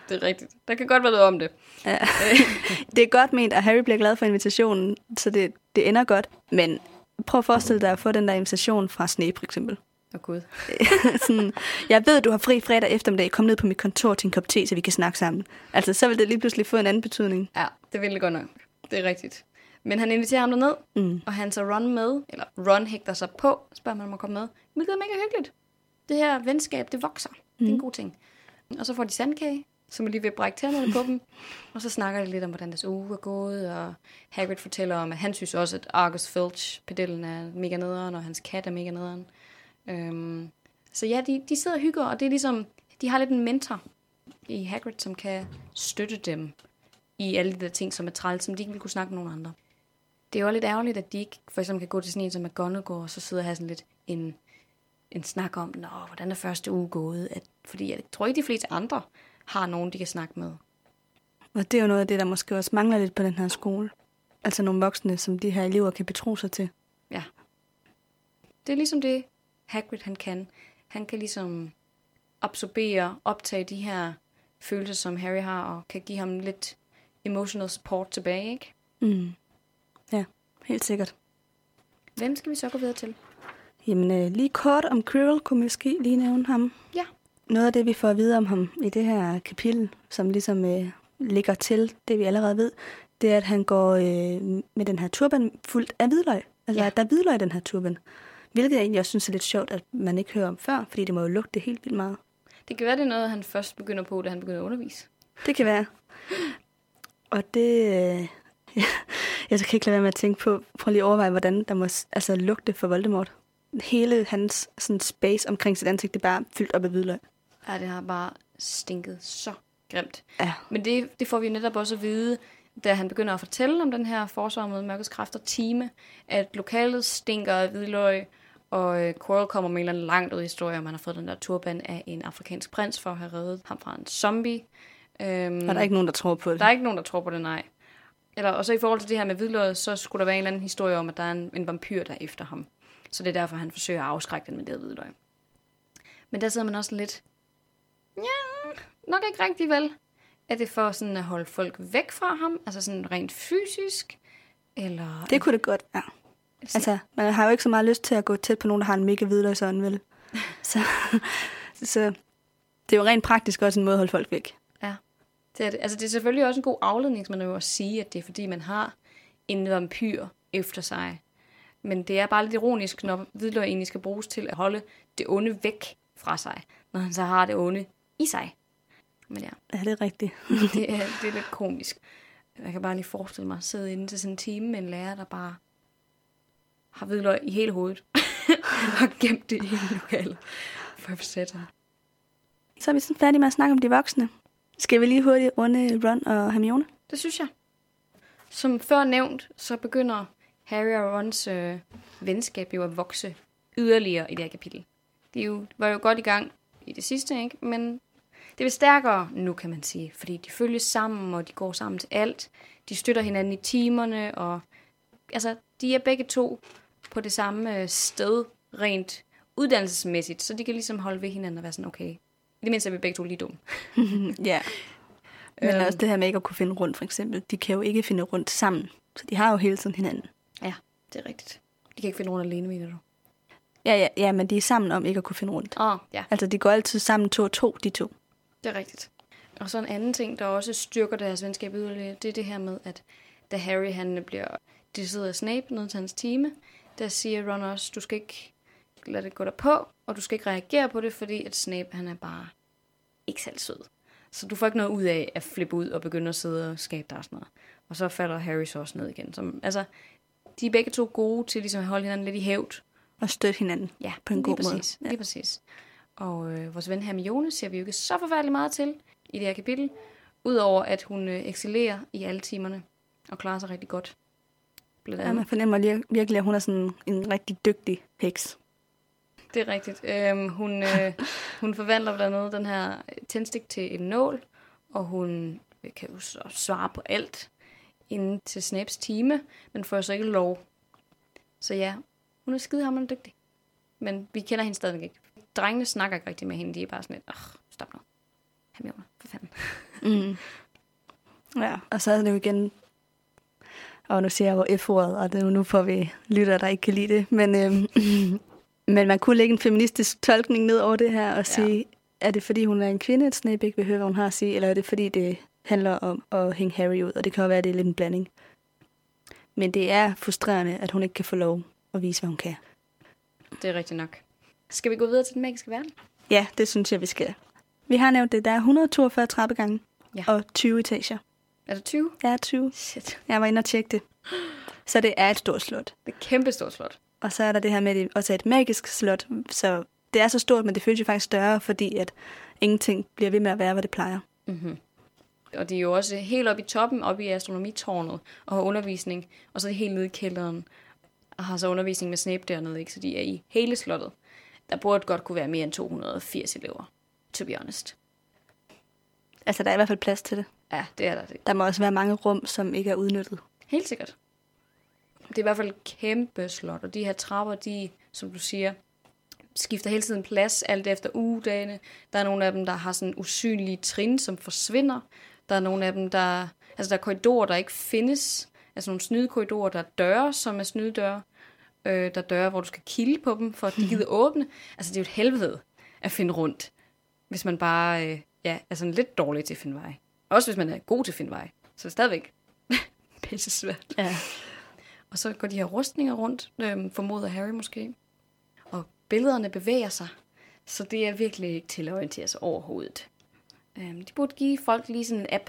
Speaker 1: Det er rigtigt. Der kan godt være noget om det.
Speaker 2: Ja. Det er godt ment, at Harry bliver glad for invitationen, så det, det ender godt. Men prøv at forestille dig at få den der invitation fra Snape, for eksempel.
Speaker 1: Åh, Gud.
Speaker 2: Sådan, jeg ved, du har fri fredag eftermiddag. Kom ned på mit kontor til en kop te, så vi kan snakke sammen. Altså, så vil det lige pludselig få en anden betydning.
Speaker 1: Ja, det vil det godt nok. Det er rigtigt. Men han inviterer ham derned, mm. og han tager Ron med, eller Ron hægter sig på, spørger man om at komme med. Hvilket er mega hyggeligt. Det her venskab, det vokser. Mm. Det er en god ting. Og så får de sandkage, som er lige ved at brække tænderne på dem. Og så snakker de lidt om, hvordan deres uge er gået, og Hagrid fortæller om, at han synes også, at Argus Filch, pedellen, er mega nederen, og hans kat er mega nederen. Øhm, så ja, de, de sidder og hygger, og det er ligesom, de har lidt en mentor i Hagrid, som kan støtte dem i alle de der ting, som er træls, som de ikke ville kunne snakke med nogen andre. Det er jo lidt ærgerligt, at de ikke for eksempel kan gå til sådan en som McGonagall, og så sidder og have sådan lidt en, en snak om, nå, hvordan er første uge gået? At, fordi jeg tror ikke, de fleste andre har nogen, de kan snakke med.
Speaker 2: Og det er jo noget af det, der måske også mangler lidt på den her skole. Altså nogle voksne, som de her elever kan betro sig til.
Speaker 1: Ja. Det er ligesom det, Hagrid han kan. Han kan ligesom absorbere, optage de her følelser, som Harry har, og kan give ham lidt emotional support tilbage, ikke?
Speaker 2: Mm. Ja, helt sikkert.
Speaker 1: Hvem skal vi så gå videre til?
Speaker 2: Jamen, øh, lige kort om Quirrell kunne vi måske lige nævne ham.
Speaker 1: Ja.
Speaker 2: Noget af det, vi får at vide om ham i det her kapitel, som ligesom øh, ligger til det, vi allerede ved, det er, at han går øh, med den her turban fuldt af hvidløg. Altså, ja. At der er hvidløg i den her turban. Hvilket jeg egentlig også synes er lidt sjovt, at man ikke hører om før, fordi det må jo lugte helt vildt meget.
Speaker 1: Det kan være, det er noget, han først begynder på, da han begynder at undervise.
Speaker 2: Det kan være. Og det... Øh, jeg kan ikke lade være med at tænke på, prøv lige at overveje, hvordan der må altså, lugte for Voldemort. Hele hans sådan, space omkring sit ansigt, det er bare fyldt op af hvidløg.
Speaker 1: Ja, det har bare stinket så grimt.
Speaker 2: Ja. Men
Speaker 1: det, det får vi netop også at vide, da han begynder at fortælle om den her forsvar mod mørkets kræfter time, at lokalet stinker af hvidløg, og øh, Quirrell kommer med en eller anden langt ud historie, om han har fået den der turban af en afrikansk prins for at have reddet ham fra en zombie. Øhm,
Speaker 2: og der er ikke nogen, der tror på det.
Speaker 1: Der er ikke nogen, der tror på det, nej. Eller, og så i forhold til det her med hvidløget, så skulle der være en eller anden historie om, at der er en, en vampyr, der er efter ham. Så det er derfor, han forsøger at afskrække den med det hvidløg. Men der sidder man også lidt, ja, nok ikke rigtig vel. Er det for sådan at holde folk væk fra ham? Altså sådan rent fysisk? Eller...
Speaker 2: Det kunne det godt, ja. Altså, man har jo ikke så meget lyst til at gå tæt på nogen, der har en mega hvidløgsånd, vel? så, så det er jo rent praktisk også en måde at holde folk væk.
Speaker 1: Ja, det er det. Altså det er selvfølgelig også en god afledningsmanøvre at sige, at det er fordi, man har en vampyr efter sig. Men det er bare lidt ironisk, når hvidløg egentlig skal bruges til at holde det onde væk fra sig, når han så har det onde i sig. Men ja.
Speaker 2: Ja, det er rigtigt.
Speaker 1: det, er, det er lidt komisk. Jeg kan bare lige forestille mig at sidde inde til sådan en time med en lærer, der bare har hvidløg i hele hovedet. og gemt det i hele lokalet. For at sætte ham.
Speaker 2: Så er vi sådan færdige med at snakke om de voksne. Skal vi lige hurtigt runde Ron og Hermione?
Speaker 1: Det synes jeg. Som før nævnt, så begynder Harry og Rons øh, venskab jo at vokse yderligere i det her kapitel. De jo, var jo godt i gang i det sidste, ikke? Men det er stærkere nu, kan man sige. Fordi de følges sammen, og de går sammen til alt. De støtter hinanden i timerne, og altså, de er begge to på det samme sted, rent uddannelsesmæssigt. Så de kan ligesom holde ved hinanden og være sådan, okay, i det mindste er vi begge to lige dumme.
Speaker 2: Ja. Men øhm, også det her med ikke at kunne finde rundt, for eksempel. De kan jo ikke finde rundt sammen. Så de har jo hele tiden hinanden.
Speaker 1: Ja, det er rigtigt. De kan ikke finde rundt alene, mener du?
Speaker 2: Ja, ja, ja, men de er sammen om ikke at kunne finde rundt.
Speaker 1: Åh, oh, ja.
Speaker 2: Altså, de går altid sammen to og to, de to.
Speaker 1: Det er rigtigt. Og så en anden ting, der også styrker deres venskab yderligere, det er det her med, at da Harry han bliver decideret af Snape ned til hans time, der siger Ron også, du skal ikke lade det gå dig på, og du skal ikke reagere på det, fordi at Snape han er bare ikke selv sød. Så du får ikke noget ud af at flippe ud og begynde at sidde og skabe dig og sådan noget. Og så falder Harry så også ned igen. Så, altså, de er begge to gode til ligesom at holde hinanden lidt i hævd.
Speaker 2: Og støtte hinanden
Speaker 1: ja,
Speaker 2: på en god
Speaker 1: præcis,
Speaker 2: måde. Ja,
Speaker 1: lige præcis. Og øh, vores ven Hermione ser vi jo ikke så forfærdeligt meget til i det her kapitel. Udover at hun øh, excellerer i alle timerne og klarer sig rigtig godt.
Speaker 2: Ja, man fornemmer virkelig, at hun er sådan en rigtig dygtig heks.
Speaker 1: Det er rigtigt. Øhm, hun, øh, hun forvandler blandt andet den her tændstik til en nål, og hun kan jo så svare på alt inden til Snapes time, men får så ikke lov. Så ja, hun er skidehammerende dygtig. Men vi kender hende stadig ikke. Drengene snakker ikke rigtig med hende, de er bare sådan lidt, åh, stop nu. Hermione, for fanden.
Speaker 2: Mm. Ja, og så er det jo igen... Og nu siger jeg jo F-ordet, og det er jo nu får vi lytter, der ikke kan lide det. Men, øhm, men man kunne lægge en feministisk tolkning ned over det her og sige, ja. Er det fordi hun er en kvinde, at Snape ikke vil høre, hvad hun har at sige, eller er det fordi det handler om at hænge Harry ud, og det kan jo være, at det er lidt en blanding. Men det er frustrerende, at hun ikke kan få lov at vise, hvad hun kan.
Speaker 1: Det er rigtigt nok. Skal vi gå videre til den magiske verden?
Speaker 2: Ja, det synes jeg, vi skal. Vi har nævnt det, der er et hundrede og toogfyrre trappegange
Speaker 1: ja.
Speaker 2: og tyve etager.
Speaker 1: Er det tyve?
Speaker 2: Ja, tyve.
Speaker 1: Shit.
Speaker 2: Jeg var inde og tjekke det. Så det er et stort slot.
Speaker 1: Det er et kæmpe stort slot.
Speaker 2: Og så er der det her med, at det også er et magisk slot. Så det er så stort, men det føles jo faktisk større, fordi at ingenting bliver ved med at være, hvad det plejer.
Speaker 1: Mm-hmm. Og de er jo også helt oppe i toppen, oppe i astronomitårnet, og har undervisning. Og så er de helt nede i kælderen, og har så undervisning med Snape dernede, ikke? Så de er i hele slottet. Der burde godt kunne være mere end to hundrede og firs elever, to be honest.
Speaker 2: Altså, der er i hvert fald plads til det.
Speaker 1: Ja, det er der.
Speaker 2: Der må også være mange rum, som ikke er udnyttet.
Speaker 1: Helt sikkert. Det er i hvert fald et kæmpe slot, og de her trapper, de, som du siger, skifter hele tiden plads, alt efter ugedagene. Der er nogle af dem, der har sådan usynlige trin, som forsvinder. Der er nogle af dem, der... Altså, der er korridorer, der ikke findes. Altså nogle snydekorridorer, der er døre, som er snydedøre. Øh, der er døre, hvor du skal kilde på dem, for at de gider åbne. Altså, det er jo et helvede at finde rundt, hvis man bare øh, ja, er sådan lidt dårlig til at finde vej. Også hvis man er god til at finde vej. Så er det stadigvæk pisse svært.
Speaker 2: Ja.
Speaker 1: Og så går de her rustninger rundt, øh, formoder Harry måske. Og billederne bevæger sig. Så det er virkelig ikke til at orientere sig overhovedet. Øh, de burde give folk lige sådan en app.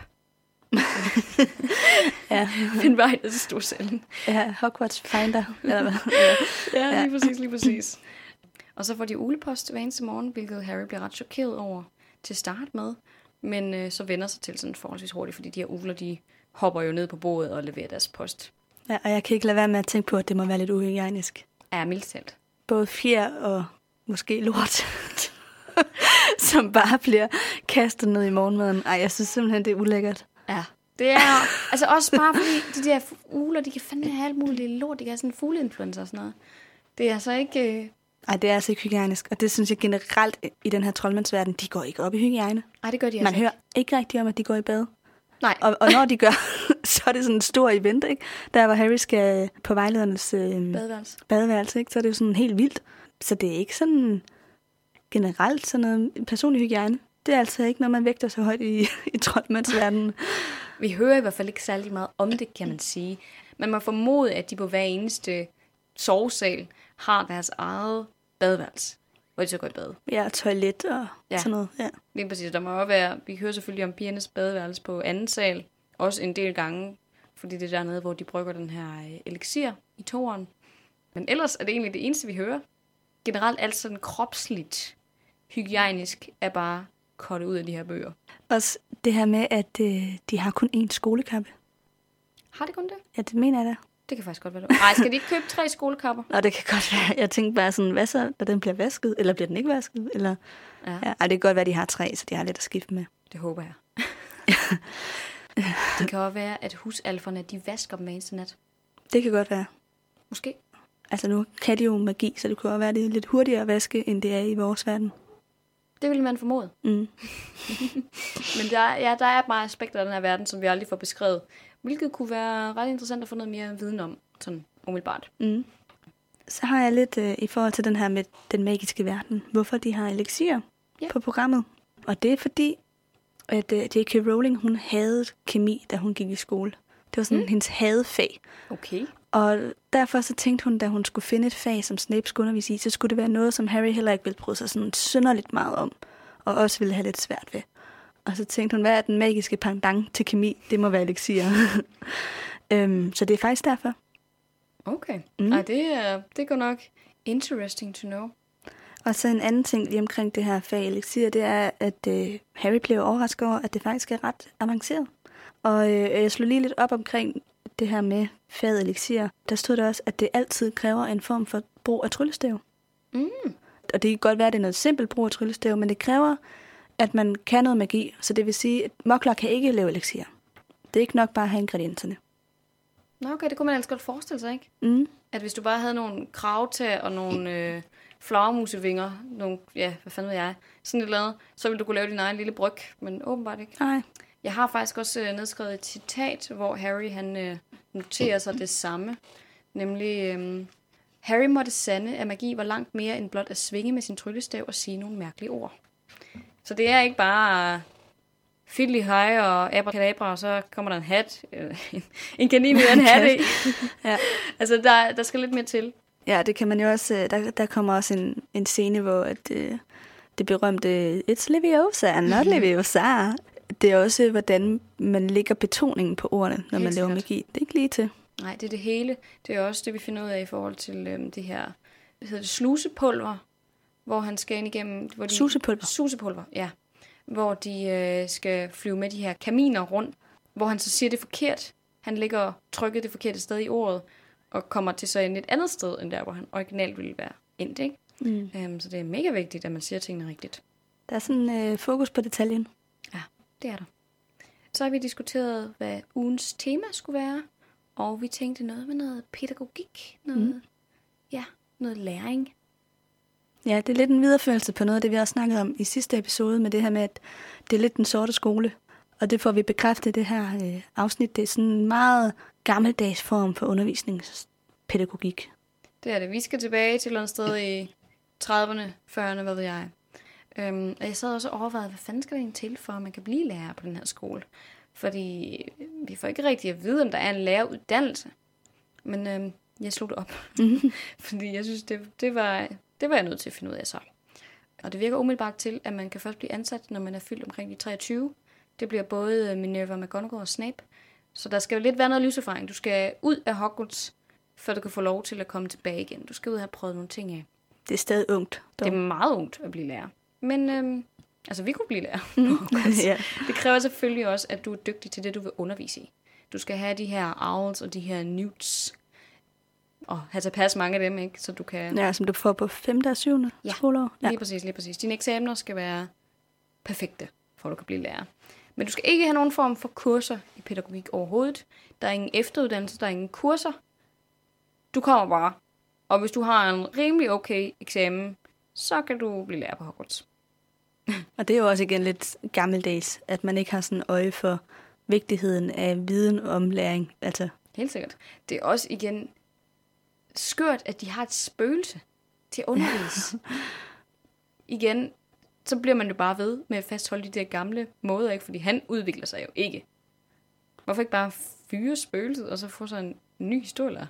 Speaker 2: Ja.
Speaker 1: Find vej ned til storsalen.
Speaker 2: Ja, Hogwarts Finder. Eller hvad?
Speaker 1: Ja, lige præcis, lige præcis. Og så får de ulepost hver eneste morgen, hvilket Harry bliver ret chokeret over til at starte med. Men øh, så vender sig til sådan forholdsvis hurtigt, fordi de her uler, de hopper jo ned på bordet og leverer deres post.
Speaker 2: Ja, og jeg kan ikke lade være med at tænke på, at det må være lidt uhygiejnisk.
Speaker 1: Ja, mildt talt.
Speaker 2: Både fjer og måske lort, som bare bliver kastet ned i morgenmaden. Ej, jeg synes simpelthen, det er ulækkert.
Speaker 1: Ja, det er altså også bare fordi de der uler, de kan fandme have alt muligt lort. De kan have sådan fugleinfluenza og sådan noget. Det er altså ikke... Øh...
Speaker 2: Ej, det er altså ikke hygiejnisk. Og det synes jeg generelt i den her troldmandsverden, de går ikke op i hygiejne.
Speaker 1: Ej, det gør de altså
Speaker 2: Man
Speaker 1: ikke.
Speaker 2: hører ikke rigtig om, at de går i bad.
Speaker 1: Nej.
Speaker 2: Og, og når de gør, så er det sådan en stor event, ikke? Der hvor Harry skal på vejledernes øh,
Speaker 1: badeværelse.
Speaker 2: badeværelse, ikke? Så er det jo sådan helt vildt. Så det er ikke sådan generelt sådan noget personlig hygiejne. Det er altså ikke noget, man vægter så højt i, i troldmandsverdenen.
Speaker 1: Vi hører i hvert fald ikke særlig meget om det, kan man sige. Man må formode, at de på hver eneste sovesal har deres eget badeværelse, hvor de så går i bad.
Speaker 2: Ja, toilet og
Speaker 1: ja.
Speaker 2: sådan noget. Ja.
Speaker 1: Lige præcis. Der må også være, vi hører selvfølgelig om pigernes badeværelse på anden sal, også en del gange, fordi det er dernede, hvor de brygger den her elixir i toeren. Men ellers er det egentlig det eneste, vi hører. Generelt alt sådan kropsligt, hygiejnisk, er bare kortet ud af de her bøger.
Speaker 2: Også det her med, at øh, de har kun én skolekappe.
Speaker 1: Har de kun det?
Speaker 2: Ja, det mener jeg da.
Speaker 1: Det kan faktisk godt være det. Nej, skal de ikke købe tre skolekapper?
Speaker 2: Nå, det kan godt være. Jeg tænkte bare sådan, hvad så, når den bliver vasket? Eller bliver den ikke vasket? Eller...
Speaker 1: Ja.
Speaker 2: Ja, ej, det kan godt være, at de har tre, så de har lidt at skifte med.
Speaker 1: Det håber jeg. Det kan også være, at husalferne, de vasker dem hver eneste nat.
Speaker 2: Det kan godt være.
Speaker 1: Måske.
Speaker 2: Altså nu kan de jo magi, så det kunne også være, at det er lidt hurtigere at vaske, end det er i vores verden.
Speaker 1: Det vil man formode.
Speaker 2: Mm.
Speaker 1: Men der, ja, der er bare aspekter af den her verden, som vi aldrig får beskrevet. Hvilket kunne være ret interessant at få noget mere viden om, sådan umiddelbart.
Speaker 2: Mm. Så har jeg lidt øh, i forhold til den her med den magiske verden. Hvorfor de har elixir
Speaker 1: ja.
Speaker 2: på programmet. Og det er fordi, at øh, J K Rowling, hun havde kemi, da hun gik i skole. Det var sådan mm. hendes hadefag.
Speaker 1: Okay.
Speaker 2: Og derfor så tænkte hun, da hun skulle finde et fag, som Snape skulle undervise i, så skulle det være noget, som Harry heller ikke ville bryde sig sådan synderligt meget om. Og også ville have lidt svært ved. Og så tænkte hun, hvad er den magiske pendant til kemi? Det må være elixir. øhm, så det er faktisk derfor.
Speaker 1: Okay. Mm. Ej, det, er, det går nok interesting to know.
Speaker 2: Og så en anden ting lige omkring det her fag elixir, det er, at øh, Harry blev overrasket over, at det faktisk er ret avanceret. Og øh, jeg slog lige lidt op omkring det her med faget elixir. Der stod der også, at det altid kræver en form for brug af tryllestav.
Speaker 1: Mm.
Speaker 2: Og det kan godt være, at det er noget simpelt brug af tryllestav, men det kræver, at man kan noget magi. Så det vil sige, at mugler kan ikke lave elixir. Det er ikke nok bare at have ingredienserne.
Speaker 1: Nå okay, det kunne man altså godt forestille sig, ikke?
Speaker 2: Mm.
Speaker 1: At hvis du bare havde nogle kravtag og nogle øh, flagermusevinger, nogle, ja, hvad fanden ved jeg, sådan et eller andet, så ville du kunne lave din egen lille bryg, men åbenbart ikke.
Speaker 2: Nej.
Speaker 1: Jeg har faktisk også øh, nedskrevet et citat, hvor Harry han øh, noterer sig det samme. Nemlig, øh, Harry måtte sande, at magi var langt mere end blot at svinge med sin tryllestav og sige nogle mærkelige ord. Så det er ikke bare fiddly hej og abracadabra, og så kommer der en hat, øh, en kanin med en hat i. Ja. Altså, der, der skal lidt mere til.
Speaker 2: Ja, det kan man jo også. Der, der kommer også en, en scene, hvor at, øh, det berømte It's Leviosa, not Leviosa. Det er også, hvordan man lægger betoningen på ordene, når Helt man laver magi. Det er ikke lige til.
Speaker 1: Nej, det er det hele. Det er også det, vi finder ud af i forhold til øhm, det her, hvad hedder det, slusepulver, hvor han skal ind igennem... Hvor de,
Speaker 2: susepulver.
Speaker 1: Susepulver, ja. Hvor de øh, skal flyve med de her kaminer rundt, hvor han så siger det forkert. Han lægger trykket det forkerte sted i ordet, og kommer til så ind et andet sted, end der, hvor han originalt ville være endt, ikke? Mm. Øhm, så det er mega vigtigt, at man siger tingene rigtigt.
Speaker 2: Der er sådan øh, fokus på detaljen.
Speaker 1: Ja, det er der. Så har vi diskuteret, hvad ugens tema skulle være, og vi tænkte noget med noget pædagogik, noget, mm. ja, noget læring.
Speaker 2: Ja, det er lidt en videreførelse på noget af det, vi har snakket om i sidste episode, med det her med, at det er lidt den sorte skole. Og det får vi bekræftet i det her øh, afsnit. Det er sådan en meget gammeldags form for undervisningspædagogik.
Speaker 1: Det er det. Vi skal tilbage til et eller andet sted i trediverne, fyrrerne, hvad ved jeg. Øhm, og jeg sad også og overvejede, hvad fanden skal det egentlig til, for at man kan blive lærer på den her skole? Fordi vi får ikke rigtig at vide, om der er en læreruddannelse. Men øhm, jeg slog det op. Mm-hmm. Fordi jeg synes, det, det, var, det var jeg nødt til at finde ud af så. Og det virker umiddelbart til, at man kan først blive ansat, når man er fyldt omkring de treogtyve. Det bliver både Minerva McGonagall og Snape. Så der skal jo lidt være noget livserfaring. Du skal ud af Hogwarts, før du kan få lov til at komme tilbage igen. Du skal ud og have prøvet nogle ting af.
Speaker 2: Det er stadig ungt. Dog.
Speaker 1: Det er meget ungt at blive lærer. Men øhm, altså, vi kunne blive lærer.
Speaker 2: Mm. Ja.
Speaker 1: Det kræver selvfølgelig også, at du er dygtig til det, du vil undervise i. Du skal have de her owls og de her newts. Og have tilpas mange af dem, ikke? Så du kan...
Speaker 2: Ja, som du får på femte og syvende
Speaker 1: ja,
Speaker 2: skoleår.
Speaker 1: Ja, lige præcis, lige præcis. Dine eksamener skal være perfekte, for at du kan blive lærer. Men du skal ikke have nogen form for kurser i pædagogik overhovedet. Der er ingen efteruddannelse, der er ingen kurser. Du kommer bare. Og hvis du har en rimelig okay eksamen, så kan du blive lærer på Hogwarts.
Speaker 2: Og det er jo også igen lidt gammeldags, at man ikke har sådan øje for vigtigheden af viden om læring. Altså.
Speaker 1: Helt sikkert. Det er også igen skørt, at de har et spøgelse til at undervise. Igen, så bliver man jo bare ved med at fastholde de der gamle måder, ikke? Fordi han udvikler sig jo ikke. Hvorfor ikke bare fyre spøgelset, og så få sig en ny historie?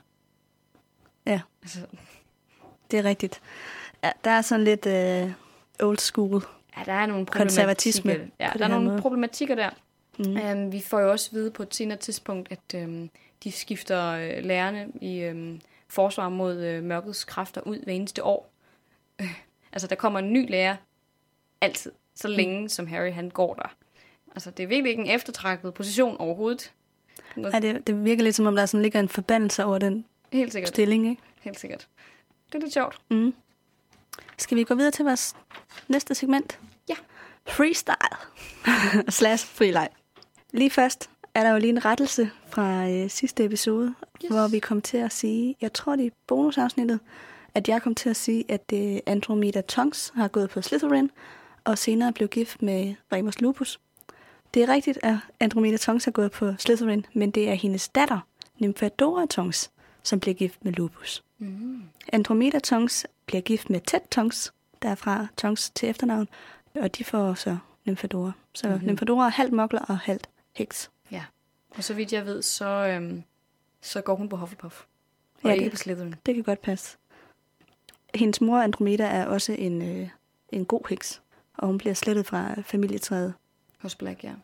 Speaker 2: Ja,
Speaker 1: altså.
Speaker 2: Det er rigtigt. Ja, der er sådan lidt uh, old school.
Speaker 1: Ja, der er nogle
Speaker 2: konservatisme.
Speaker 1: Ja, der er nogle måde. problematikker der. Mm. Um, vi får jo også vide på et senere tidspunkt, at um, de skifter uh, lærerne i um, forsvar mod uh, mørkets kræfter ud hver eneste år. Uh, altså, der kommer en ny lærer altid, så længe mm. som Harry han går der. Altså, det er virkelig ikke en eftertragtet position overhovedet.
Speaker 2: Noget... Ja, det, det virker lidt som om, der sådan ligger en forbandelse over den
Speaker 1: Helt sikkert.
Speaker 2: stilling, ikke?
Speaker 1: Helt sikkert. Det er lidt sjovt.
Speaker 2: Mm. Skal vi gå videre til vores næste segment?
Speaker 1: Ja.
Speaker 2: Freestyle. Slash frileg. Lige først er der jo lige en rettelse fra øh, sidste episode, yes. hvor vi kom til at sige, jeg tror det er i bonusafsnittet, at jeg kom til at sige, at øh, Andromeda Tonks har gået på Slytherin, og senere blev gift med Remus Lupus. Det er rigtigt, at Andromeda Tonks har gået på Slytherin, men det er hendes datter, Nymphadora Tonks, som bliver gift med Lupus. Mm. Andromeda Tonks bliver gift med Ted Tonks, der er fra Tonks til efternavn, og de får så Nymphadora. Så mm-hmm. Nymphadora er halvt mugler og halvt heks.
Speaker 1: Ja, og så vidt jeg ved, så, øhm, så går hun på Hufflepuff, og
Speaker 2: ja,
Speaker 1: ikke
Speaker 2: det,
Speaker 1: på Slytherin.
Speaker 2: Det kan godt passe. Hendes mor Andromeda er også en, øh, en god heks, og hun bliver slettet fra familietræet.
Speaker 1: Hos Black, ja.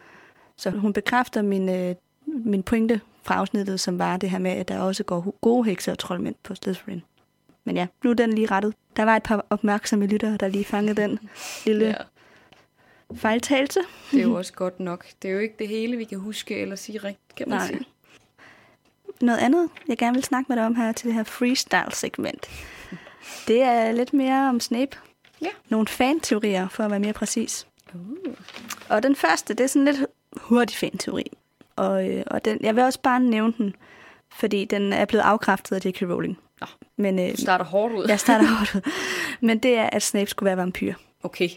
Speaker 2: Så hun bekræfter min, øh, min pointe fra afsnittet, som var det her med, at der også går gode hekser og troldmænd på Slytherin. Men ja, nu er den lige rettet. Der var et par opmærksomme lyttere, der lige fangede den lille ja. fejltagelse.
Speaker 1: Det er jo også godt nok. Det er jo ikke det hele, vi kan huske eller sige rigtigt, kan man
Speaker 2: Nej.
Speaker 1: sige.
Speaker 2: Noget andet, jeg gerne vil snakke med dig om her til det her freestyle-segment, det er lidt mere om Snape.
Speaker 1: Ja.
Speaker 2: Nogle fan-teorier, for at være mere præcis.
Speaker 1: Uh.
Speaker 2: Og den første, det er sådan lidt hurtig fan-teori. Og, øh, og den, jeg vil også bare nævne den, fordi den er blevet afkræftet af J K Rowling.
Speaker 1: Nå,
Speaker 2: men, øh,
Speaker 1: du starter hårdt ud.
Speaker 2: Jeg starter hårdt ud. Men det er, at Snape skulle være vampyr.
Speaker 1: Okay.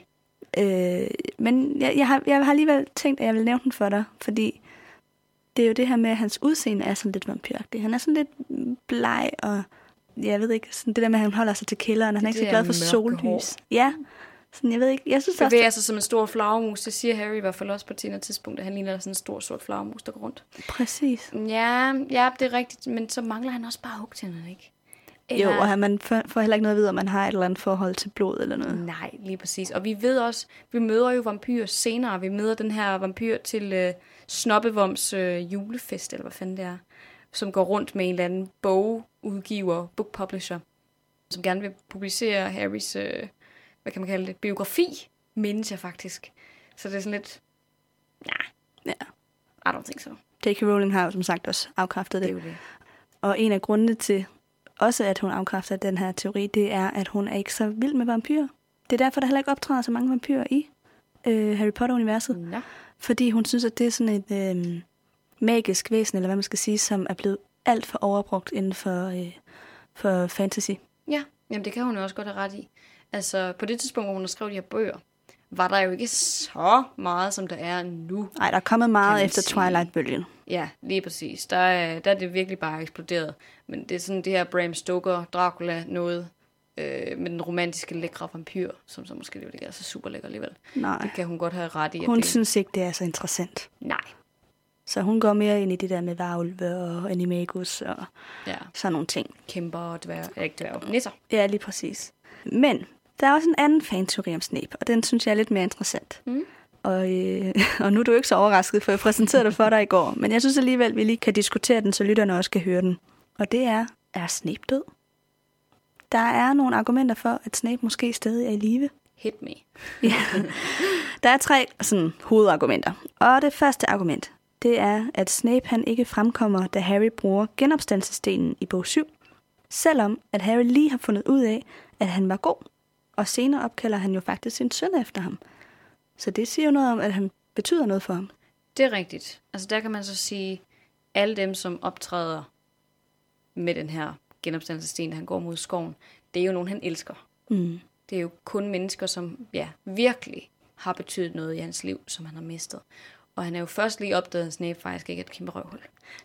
Speaker 2: Øh, men jeg, jeg, har, jeg har alligevel tænkt, at jeg vil nævne den for dig, fordi det er jo det her med, at hans udseende er sådan lidt vampyragtigt. Han er sådan lidt bleg, og jeg ved ikke, sådan det der med, at han holder sig til kælderen, han er ikke så glad for sollys. Hår. Ja, sådan, jeg ved ikke, jeg synes
Speaker 1: det bevæger sig som en stor flagermus, det siger Harry i hvert fald også på et eller andet tidspunkt, at han ligner sådan en stor sort flagermus, der går rundt.
Speaker 2: Præcis.
Speaker 1: Ja, ja, det er rigtigt, men så mangler han også bare hugtænderne, ikke?
Speaker 2: Eller... Jo, og man får heller ikke noget at vide, om man har et eller andet forhold til blod eller noget.
Speaker 1: Nej, lige præcis. Og vi ved også, vi møder jo vampyrer senere. Vi møder den her vampyr til øh, Snobbevoms øh, julefest, eller hvad fanden det er, som går rundt med en eller anden bogudgiver, book publisher, som gerne vil publicere Harrys, øh, hvad kan man kalde det, biografi, mindes jeg faktisk. Så det er sådan lidt, nej,
Speaker 2: ja.
Speaker 1: I don't think so.
Speaker 2: J K. Rowling har jo som sagt også afkræftet det.
Speaker 1: Det er jo det.
Speaker 2: Og en af grundene til også, at hun afkræfter den her teori, det er, at hun er ikke så vild med vampyrer. Det er derfor, der heller ikke optræder så mange vampyrer i øh, Harry Potter-universet.
Speaker 1: Ja.
Speaker 2: Fordi hun synes, at det er sådan et øh, magisk væsen, eller hvad man skal sige, som er blevet alt for overbrugt inden for, øh, for fantasy.
Speaker 1: Ja, jamen det kan hun jo også godt have ret i. Altså, på det tidspunkt, hvor hun har skrevet de her bøger, var der jo ikke så meget, som der er nu.
Speaker 2: Nej, der er kommet meget efter sige. Twilight-bølgen.
Speaker 1: Ja, lige præcis. Der er, der er det virkelig bare eksploderet. Men det er sådan det her Bram Stoker, Dracula, noget øh, med den romantiske, lækre vampyr, som så måske ikke er så super lækker alligevel.
Speaker 2: Nej.
Speaker 1: Det kan hun godt have ret i.
Speaker 2: Hun
Speaker 1: det...
Speaker 2: synes ikke, det er så interessant.
Speaker 1: Nej.
Speaker 2: Så hun går mere ind i det der med varulve og animagus og
Speaker 1: ja.
Speaker 2: sådan nogle ting.
Speaker 1: Kæmper og dværg, ikke dværg, nisser.
Speaker 2: Ja, lige præcis. Men der er også en anden fan-teori om Snape, og den synes jeg er lidt mere interessant. Mm. Og, øh, og nu er du ikke så overrasket, for jeg præsenterede det for dig i går. Men jeg synes alligevel, at vi lige kan diskutere den, så lytterne også kan høre den. Og det er, er Snape død? Der er nogle argumenter for, at Snape måske stadig er i live.
Speaker 1: Hit me.
Speaker 2: Ja. Der er tre sådan, hovedargumenter. Og det første argument, det er, at Snape han ikke fremkommer, da Harry bruger genopstandelsesstenen i bog syv. Selvom at Harry lige har fundet ud af, at han var god. Og senere opkalder han jo faktisk sin søn efter ham. Så det siger jo noget om, at han betyder noget for ham.
Speaker 1: Det er rigtigt. Altså der kan man så sige, alle dem, som optræder med den her genopstandelsessten, han går mod skoven, det er jo nogen, han elsker. Mm. Det er jo kun mennesker, som ja, virkelig har betydet noget i hans liv, som han har mistet. Og han er jo først lige opdaget, at Snape faktisk ikke er et kæmpe røvhul.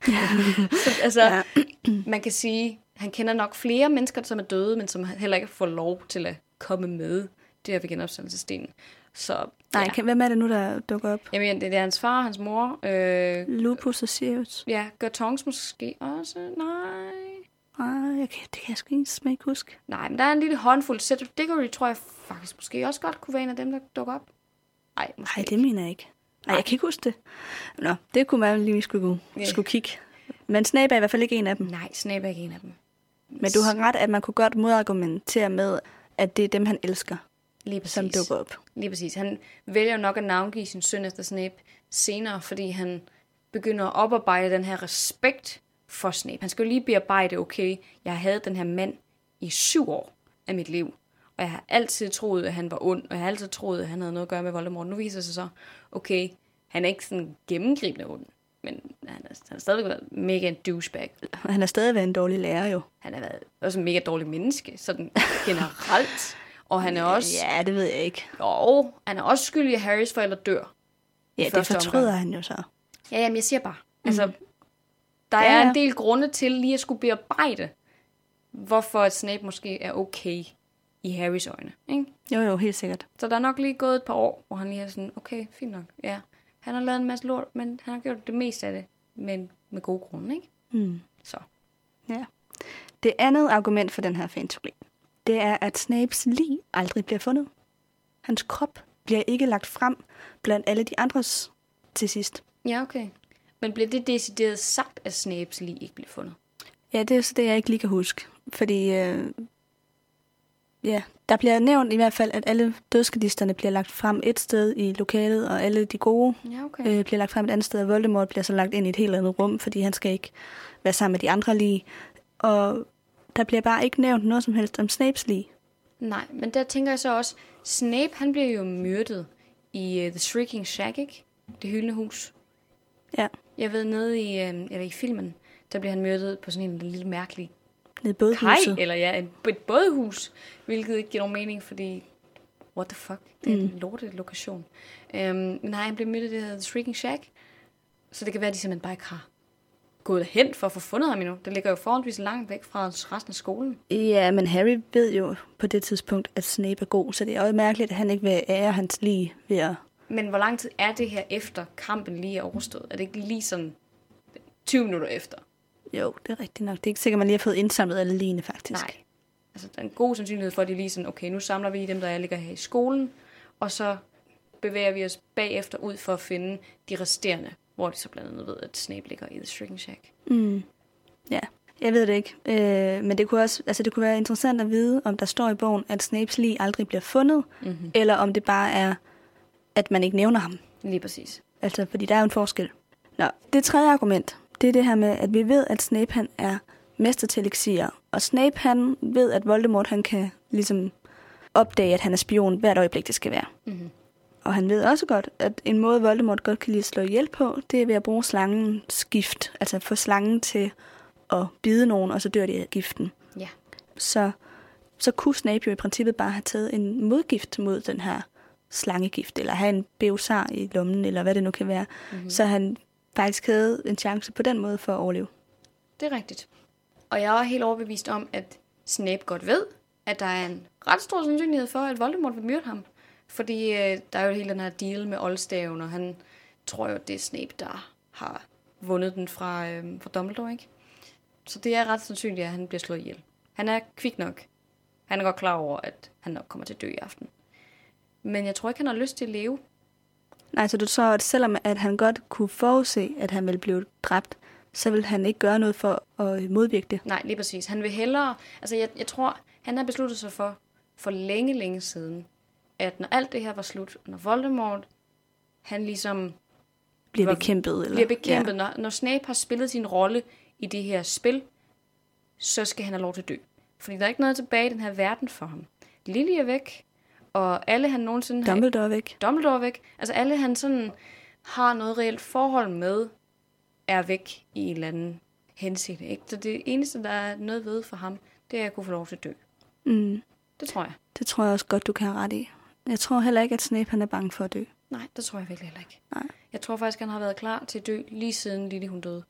Speaker 1: Så altså, ja. Man kan sige, han kender nok flere mennesker, som er døde, men som heller ikke får lov til at komme med det her ved genopstandelsesstenen. Så,
Speaker 2: nej,
Speaker 1: ja.
Speaker 2: Hvem er det nu, der dukker op?
Speaker 1: Jamen, det er hans far, hans mor. Øh,
Speaker 2: Lupus og Sirius.
Speaker 1: Ja, Gurtongs måske også. Nej.
Speaker 2: Nej, okay, det kan jeg sgu ikke, ikke huske.
Speaker 1: Nej, men der er en lille håndfuld. Cedric Diggory tror jeg faktisk måske også godt kunne være en af dem, der dukker op. Nej, måske
Speaker 2: Nej, det mener jeg ikke. Nej, jeg kan ikke huske det. Nå, det kunne man lige, vi skulle, yeah. skulle kigge. Men Snape er i hvert fald ikke en af dem.
Speaker 1: Nej, Snape er ikke en af dem.
Speaker 2: Men du har ret, at man kunne godt modargumentere med, at det er dem, han elsker.
Speaker 1: Lige præcis.
Speaker 2: Som dukker op.
Speaker 1: Lige præcis. Han vælger nok at navngive sin søn efter Snape senere, fordi han begynder at oparbejde den her respekt for Snape. Han skal jo lige bearbejde, okay, jeg havde den her mand i syv år af mit liv, og jeg har altid troet, at han var ond, og jeg har altid troet, at han havde noget at gøre med Voldemort. Nu viser det sig så, okay, han er ikke sådan gennemgribende ond, men han er, han er stadig været mega en douchebag.
Speaker 2: Han er stadig været en dårlig lærer jo.
Speaker 1: Han er været også en mega dårlig menneske, sådan generelt. Og han er også...
Speaker 2: Ja, det ved jeg ikke.
Speaker 1: Jo, han er også skyldig, at Harrys forældre dør.
Speaker 2: Ja, det fortryder omgang. Han jo så.
Speaker 1: Ja, jamen jeg siger bare. Mm. Altså, der ja, er ja. en del grunde til lige at skulle bearbejde, hvorfor at Snape måske er okay i Harrys øjne. Ikke?
Speaker 2: Jo, jo, helt sikkert.
Speaker 1: Så der er nok lige gået et par år, hvor han lige er sådan, okay, fint nok. Ja, han har lavet en masse lort, men han har gjort det meste af det med, med gode grunde, ikke?
Speaker 2: Mm.
Speaker 1: Så.
Speaker 2: Ja. Det andet argument for den her fan-teori, det er, at Snapes lig aldrig bliver fundet. Hans krop bliver ikke lagt frem blandt alle de andres til sidst.
Speaker 1: Ja, okay. Men bliver det decideret sagt, at Snapes lig ikke bliver fundet?
Speaker 2: Ja, det er så det, jeg ikke lige kan huske. Fordi, øh, ja, der bliver nævnt i hvert fald, at alle dødskadisterne bliver lagt frem et sted i lokalet, og alle de gode
Speaker 1: ja, okay.
Speaker 2: øh, bliver lagt frem et andet sted, og Voldemort bliver så lagt ind i et helt andet rum, fordi han skal ikke være sammen med de andre lig. Og der bliver bare ikke nævnt noget som helst om Snapes lig.
Speaker 1: Nej, men der tænker jeg så også, Snape han bliver jo myrdet i uh, The Shrieking Shack, ikke? Det hyldende hus.
Speaker 2: Ja.
Speaker 1: Jeg ved, nede i, øh, eller i filmen, der bliver han myrdet på sådan en lille mærkelig
Speaker 2: Nede bådhuset.
Speaker 1: Kaj, eller ja, et bådehus, hvilket ikke giver nogen mening, fordi what the fuck, det er mm. en lortet lokation. Øhm, men nej, han blev mødt af det her The Shrieking Shack, så det kan være, at de simpelthen bare ikke har gået hen for at få fundet ham endnu. Det ligger jo forholdsvis langt væk fra resten af skolen.
Speaker 2: Ja, men Harry ved jo på det tidspunkt, at Snape er god, så det er også mærkeligt, at han ikke vil ære hans lige ved at...
Speaker 1: Men hvor lang tid er det her efter kampen lige er overstået? Er det ikke lige sådan tyve minutter efter?
Speaker 2: Jo, det er rigtigt nok. Det er ikke sikkert, at man lige har fået indsamlet alle ligene, faktisk.
Speaker 1: Nej. Altså, der er en god sandsynlighed for, at de lige sådan, okay, nu samler vi dem, der ligger her i skolen, og så bevæger vi os bagefter ud for at finde de resterende, hvor de så blandt andet ved, at Snape ligger i The Shrieking Shack.
Speaker 2: Mm. Ja, jeg ved det ikke. Øh, men det kunne også, altså det kunne være interessant at vide, om der står i bogen, at Snapes lig aldrig bliver fundet, mm-hmm. eller om det bare er, at man ikke nævner ham.
Speaker 1: Lige præcis.
Speaker 2: Altså, fordi der er jo en forskel. Nå, det tredje argument, det er det her med, at vi ved, at Snape han er mester til elixirer. Og Snape han ved, at Voldemort han kan ligesom opdage, at han er spion hvert øjeblik, det skal være. Mm-hmm. Og han ved også godt, at en måde, Voldemort godt kan lide at slå ihjel på, det er ved at bruge slangens gift. Altså få slangen til at bide nogen, og så dør de af giften.
Speaker 1: Ja.
Speaker 2: Så, så kunne Snape jo i princippet bare have taget en modgift mod den her slangegift, eller have en beosar i lommen, eller hvad det nu kan være. Mm-hmm. Så han faktisk havde en chance på den måde for at overleve.
Speaker 1: Det er rigtigt. Og jeg er helt overbevist om, at Snape godt ved, at der er en ret stor sandsynlighed for, at Voldemort vil myrde ham. Fordi øh, der er jo hele den her deal med oldstaven, og han tror jo, at det er Snape, der har vundet den fra, øh, fra Dumbledore, ikke? Så det er ret sandsynligt, at han bliver slået ihjel. Han er kvik nok. Han er godt klar over, at han nok kommer til at dø i aften. Men jeg tror ikke, han har lyst til at leve.
Speaker 2: Nej, så du tror, at selvom at han godt kunne forudse, at han ville blive dræbt, så vil han ikke gøre noget for at modvirke det?
Speaker 1: Nej, lige præcis. Han vil hellere... Altså, jeg, jeg tror, han har besluttet sig for, for længe, længe siden, at når alt det her var slut, når Voldemort, han ligesom...
Speaker 2: Bliver
Speaker 1: var,
Speaker 2: bekæmpet. Eller?
Speaker 1: Bliver bekæmpet.
Speaker 2: Ja.
Speaker 1: Når, når Snape har spillet sin rolle i det her spil, så skal han have lov til at dø. Fordi der er ikke noget tilbage i den her verden for ham. Lily er væk, og alle han nogensinde...
Speaker 2: Dumbledore er væk.
Speaker 1: Dumbledore er væk. Altså alle han sådan har noget reelt forhold med, er væk i en eller anden henseende. Ikke? Så det eneste, der er noget ved for ham, det er at kunne få lov til at dø.
Speaker 2: Mm.
Speaker 1: Det tror jeg.
Speaker 2: Det tror jeg også godt, du kan have ret i. Jeg tror heller ikke, at Snape han er bange for at dø.
Speaker 1: Nej, det tror jeg virkelig heller ikke.
Speaker 2: Nej.
Speaker 1: Jeg tror faktisk, han har været klar til at dø lige siden Lily hun døde.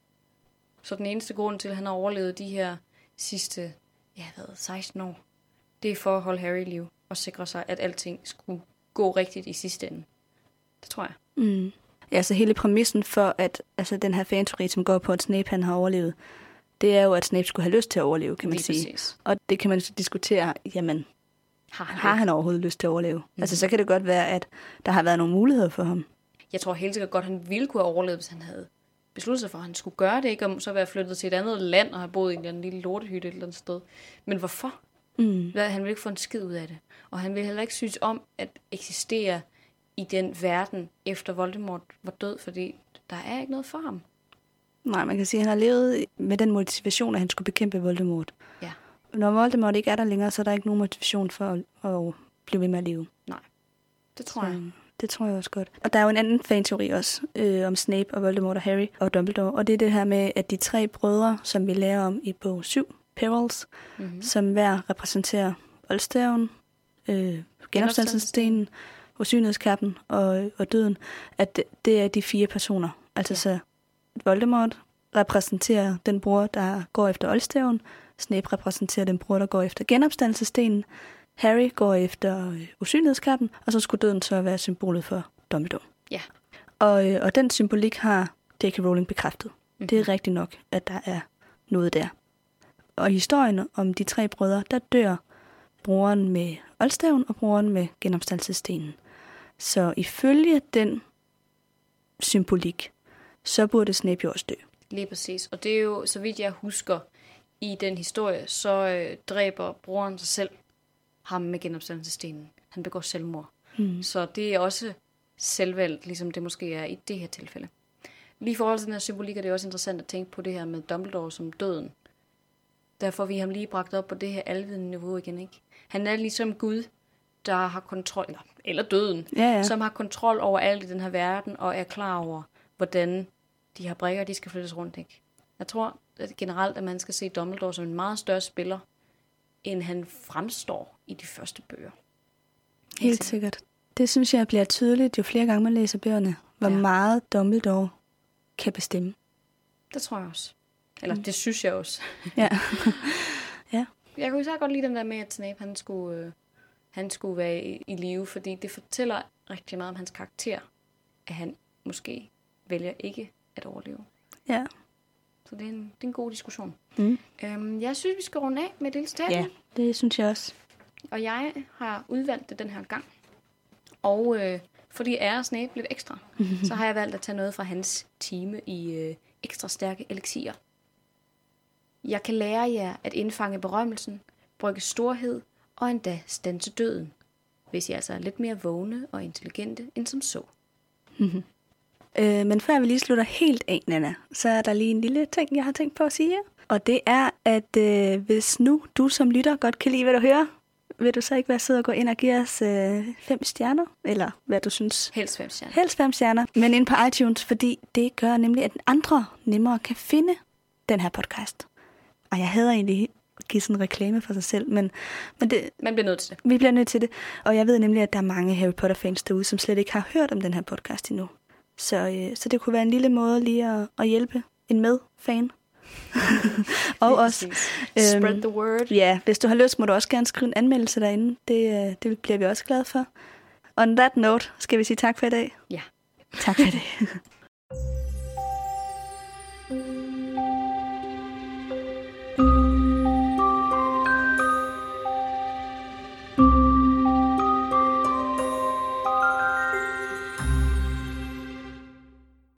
Speaker 1: Så den eneste grund til, at han har overlevet de her sidste, ja, hvad, seksten år, det er for at holde Harry i liv og sikre sig, at alting skulle gå rigtigt i sidste ende. Det tror jeg.
Speaker 2: Mm. Ja, så hele præmissen for, at altså, den her fanteori, som går på, at Snape han har overlevet, det er jo, at Snape skulle have lyst til at overleve, kan man
Speaker 1: lige
Speaker 2: sige.
Speaker 1: Præcis.
Speaker 2: Og det kan man så diskutere, jamen, har han, har han overhovedet lyst til at overleve? Mm-hmm. Altså, så kan det godt være, at der har været nogle muligheder for ham.
Speaker 1: Jeg tror helt sikkert godt, at han ville kunne have overlevet, hvis han havde besluttet sig for, at han skulle gøre det, ikke om så være flyttet til et andet land og have boet i en lille lortehytte et eller andet sted. Men hvorfor? Mm. Han ville ikke få en skid ud af det. Og han ville heller ikke synes om at eksistere i den verden, efter Voldemort var død, fordi der er ikke noget for ham.
Speaker 2: Nej, man kan sige, at han har levet med den motivation, at han skulle bekæmpe Voldemort.
Speaker 1: Ja.
Speaker 2: Når Voldemort ikke er der længere, så er der ikke nogen motivation for at, at blive ved med at leve.
Speaker 1: Nej, det tror
Speaker 2: så,
Speaker 1: jeg.
Speaker 2: Det tror jeg også godt. Og der er jo en anden fanteori også, øh, om Snape og Voldemort og Harry og Dumbledore. Og det er det her med, at de tre brødre, som vi lærer om i bog syv, Perils, mm-hmm. som hver repræsenterer oldstaven, øh, genopstandelsesstenen, usynlighedskappen og, og døden, at det, det er de fire personer. Altså ja. Så Voldemort repræsenterer den bror, der går efter oldstaven, Snape repræsenterer den bror, der går efter genopstandelsesstenen, Harry går efter øh, usynlighedskappen, og så skulle døden så være symbolet for Dumbledore.
Speaker 1: Ja.
Speaker 2: Og, øh, og den symbolik har J K Rowling bekræftet. Mm-hmm. Det er rigtigt nok, at der er noget der. Og i historien om de tre brødre, der dør broren med oldstaven og broren med genopstandelsesstenen. Så ifølge den symbolik, så burde Snape jo også dø.
Speaker 1: Lige præcis. Og det er jo, så vidt jeg husker, i den historie, så øh, dræber broren sig selv ham med genopstandelsesstenen. Han begår selvmord. Mm. Så det er også selvvalgt, ligesom det måske er i det her tilfælde. Lige i forhold til den her symbolik, er det også interessant at tænke på det her med Dumbledore som døden. Derfor vi ham lige bragt op på det her alvidende niveau igen, ikke? Han er ligesom Gud, der har kontrol, eller, eller døden,
Speaker 2: ja, ja.
Speaker 1: som har kontrol over alt i den her verden, og er klar over, hvordan de her brikker, de skal flyttes rundt, ikke? Jeg tror at generelt, at man skal se Dumbledore som en meget større spiller, end han fremstår i de første bøger.
Speaker 2: Helt Helt sikkert. Det synes jeg bliver tydeligt, jo flere gange man læser bøgerne, hvor ja. meget Dumbledore kan bestemme.
Speaker 1: Det tror jeg også. Eller mm. det synes jeg også.
Speaker 2: Ja. ja.
Speaker 1: Jeg kunne især godt lide den der med, at Snape han skulle, øh, han skulle være i, i live, fordi det fortæller rigtig meget om hans karakter, at han måske vælger ikke at overleve.
Speaker 2: Ja.
Speaker 1: Så det er en, det er en god diskussion.
Speaker 2: Mm.
Speaker 1: Øhm, jeg synes, vi skal runde af med delstaten.
Speaker 2: Ja, det synes jeg også.
Speaker 1: Og jeg har udvalgt det den her gang. Og øh, fordi ære Snape lidt ekstra, så har jeg valgt at tage noget fra hans time i øh, ekstra stærke elixier. Jeg kan lære jer at indfange berømmelsen, brygge storhed og endda standse døden, hvis I altså er lidt mere vågne og intelligente end som så.
Speaker 2: Mm-hmm. øh, men før vi lige slutter helt af, Nana, så er der lige en lille ting, jeg har tænkt på at sige. Og det er, at øh, hvis nu du som lytter godt kan lide, hvad du hører, vil du så ikke være sød og gå ind og give os øh, fem stjerner? Eller hvad du synes?
Speaker 1: Helst fem stjerner.
Speaker 2: Helst fem stjerner, men ind på iTunes, fordi det gør nemlig, at andre nemmere kan finde den her podcast. Og jeg hader egentlig at give sådan en reklame for sig selv, men, men det,
Speaker 1: man bliver nødt til det.
Speaker 2: Vi bliver nødt til det. Og jeg ved nemlig, at der er mange Harry Potter-fans derude, som slet ikke har hørt om den her podcast endnu. Så, øh, så det kunne være en lille måde lige at, at hjælpe en med-fan. og også
Speaker 1: spread the word.
Speaker 2: Ja, hvis du har lyst, må du også gerne skrive en anmeldelse derinde. Det, det bliver vi også glade for. On that note, skal vi sige tak for i dag?
Speaker 1: Ja.
Speaker 2: Tak for i dag.